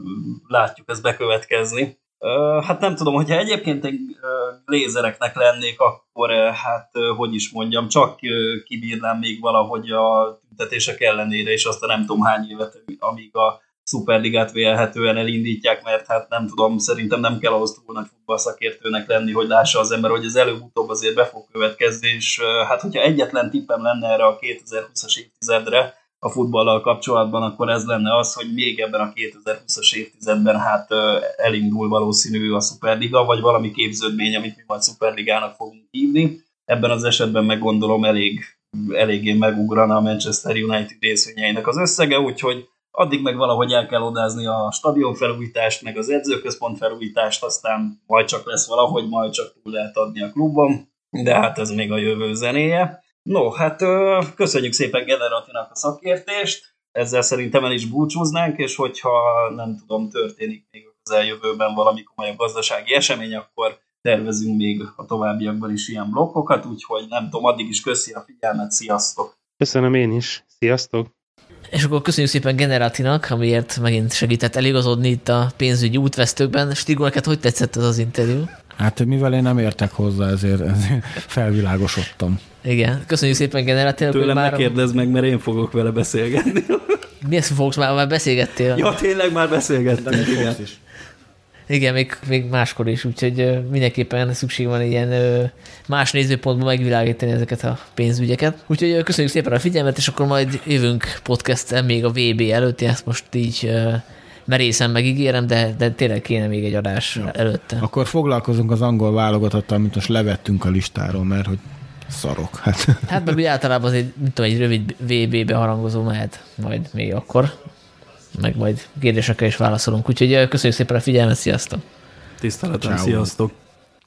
látjuk ezt bekövetkezni. Hát nem tudom, hogyha egyébként egy lézereknek lennék, akkor hát hogy is mondjam, csak kibírnám még valahogy a tüntetések ellenére, és azt a nem tudom hány évet, amíg a szuperligát vélhetően elindítják, mert hát nem tudom, szerintem nem kell ahhoz túl nagy futballszakértőnek lenni, hogy lássa az ember, hogy ez előbb-utóbb azért be fog következni, és hát hogyha egyetlen tippem lenne erre a kétezer-húszas évtizedre a futballal kapcsolatban, akkor ez lenne az, hogy még ebben a kétezer-húszas évtizedben hát elindul valószínű a szuperliga, vagy valami képződmény, amit mi majd szuperligának fogunk hívni. Ebben az esetben meggondolom elég, eléggé megugrana a Manchester United részvényeinek az összege, úgyhogy addig meg valahogy el kell odázni a stadion felújítást, meg az edzőközpont felújítást, aztán majd csak lesz valahogy, majd csak túl lehet adni a klubban, de hát ez még a jövő zenéje. No, hát köszönjük szépen Generatinak a szakértést, ezzel szerintem el is búcsúznánk, és hogyha nem tudom, történik még az eljövőben valami komolyabb gazdasági esemény, akkor tervezünk még a továbbiakban is ilyen blokkokat, úgyhogy nem tudom, addig is köszi a figyelmet, sziasztok! Köszönöm én is, sziasztok! És akkor köszönjük szépen Generatinak, amiért megint segített eligazodni itt a pénzügyi útvesztőkben. Stigó, neked hogy tetszett ez az interjú? Hát mivel én nem értek hozzá, ezért, ezért felvilágosodtam. Igen, köszönjük szépen Generatinak. Tőlem már... ne kérdezz meg, mert én fogok vele beszélgetni. Mi ezt fogsz már, már beszélgettél? Ja, tényleg már beszélgettem. Igen. Igen, még, még máskor is, úgyhogy mindenképpen szükség van ilyen más nézőpontból megvilágítani ezeket a pénzügyeket. Úgyhogy köszönjük szépen a figyelmet, és akkor majd jövünk podcast-en még a vé bé előtt, ezt most így merészen megígérem, de, de tényleg kéne még egy adás ja. előtte. Akkor foglalkozunk az angol válogatottal, amit most levettünk a listáról, mert hogy szarok. Hát, hát meg úgy általában azért, mint tudom, egy rövid vé bé-be harangozó mehet majd még akkor. Meg majd kérdésekkel is válaszolunk. Úgyhogy köszönjük szépen a figyelmet, sziasztok! Tiszteletem, sziasztok!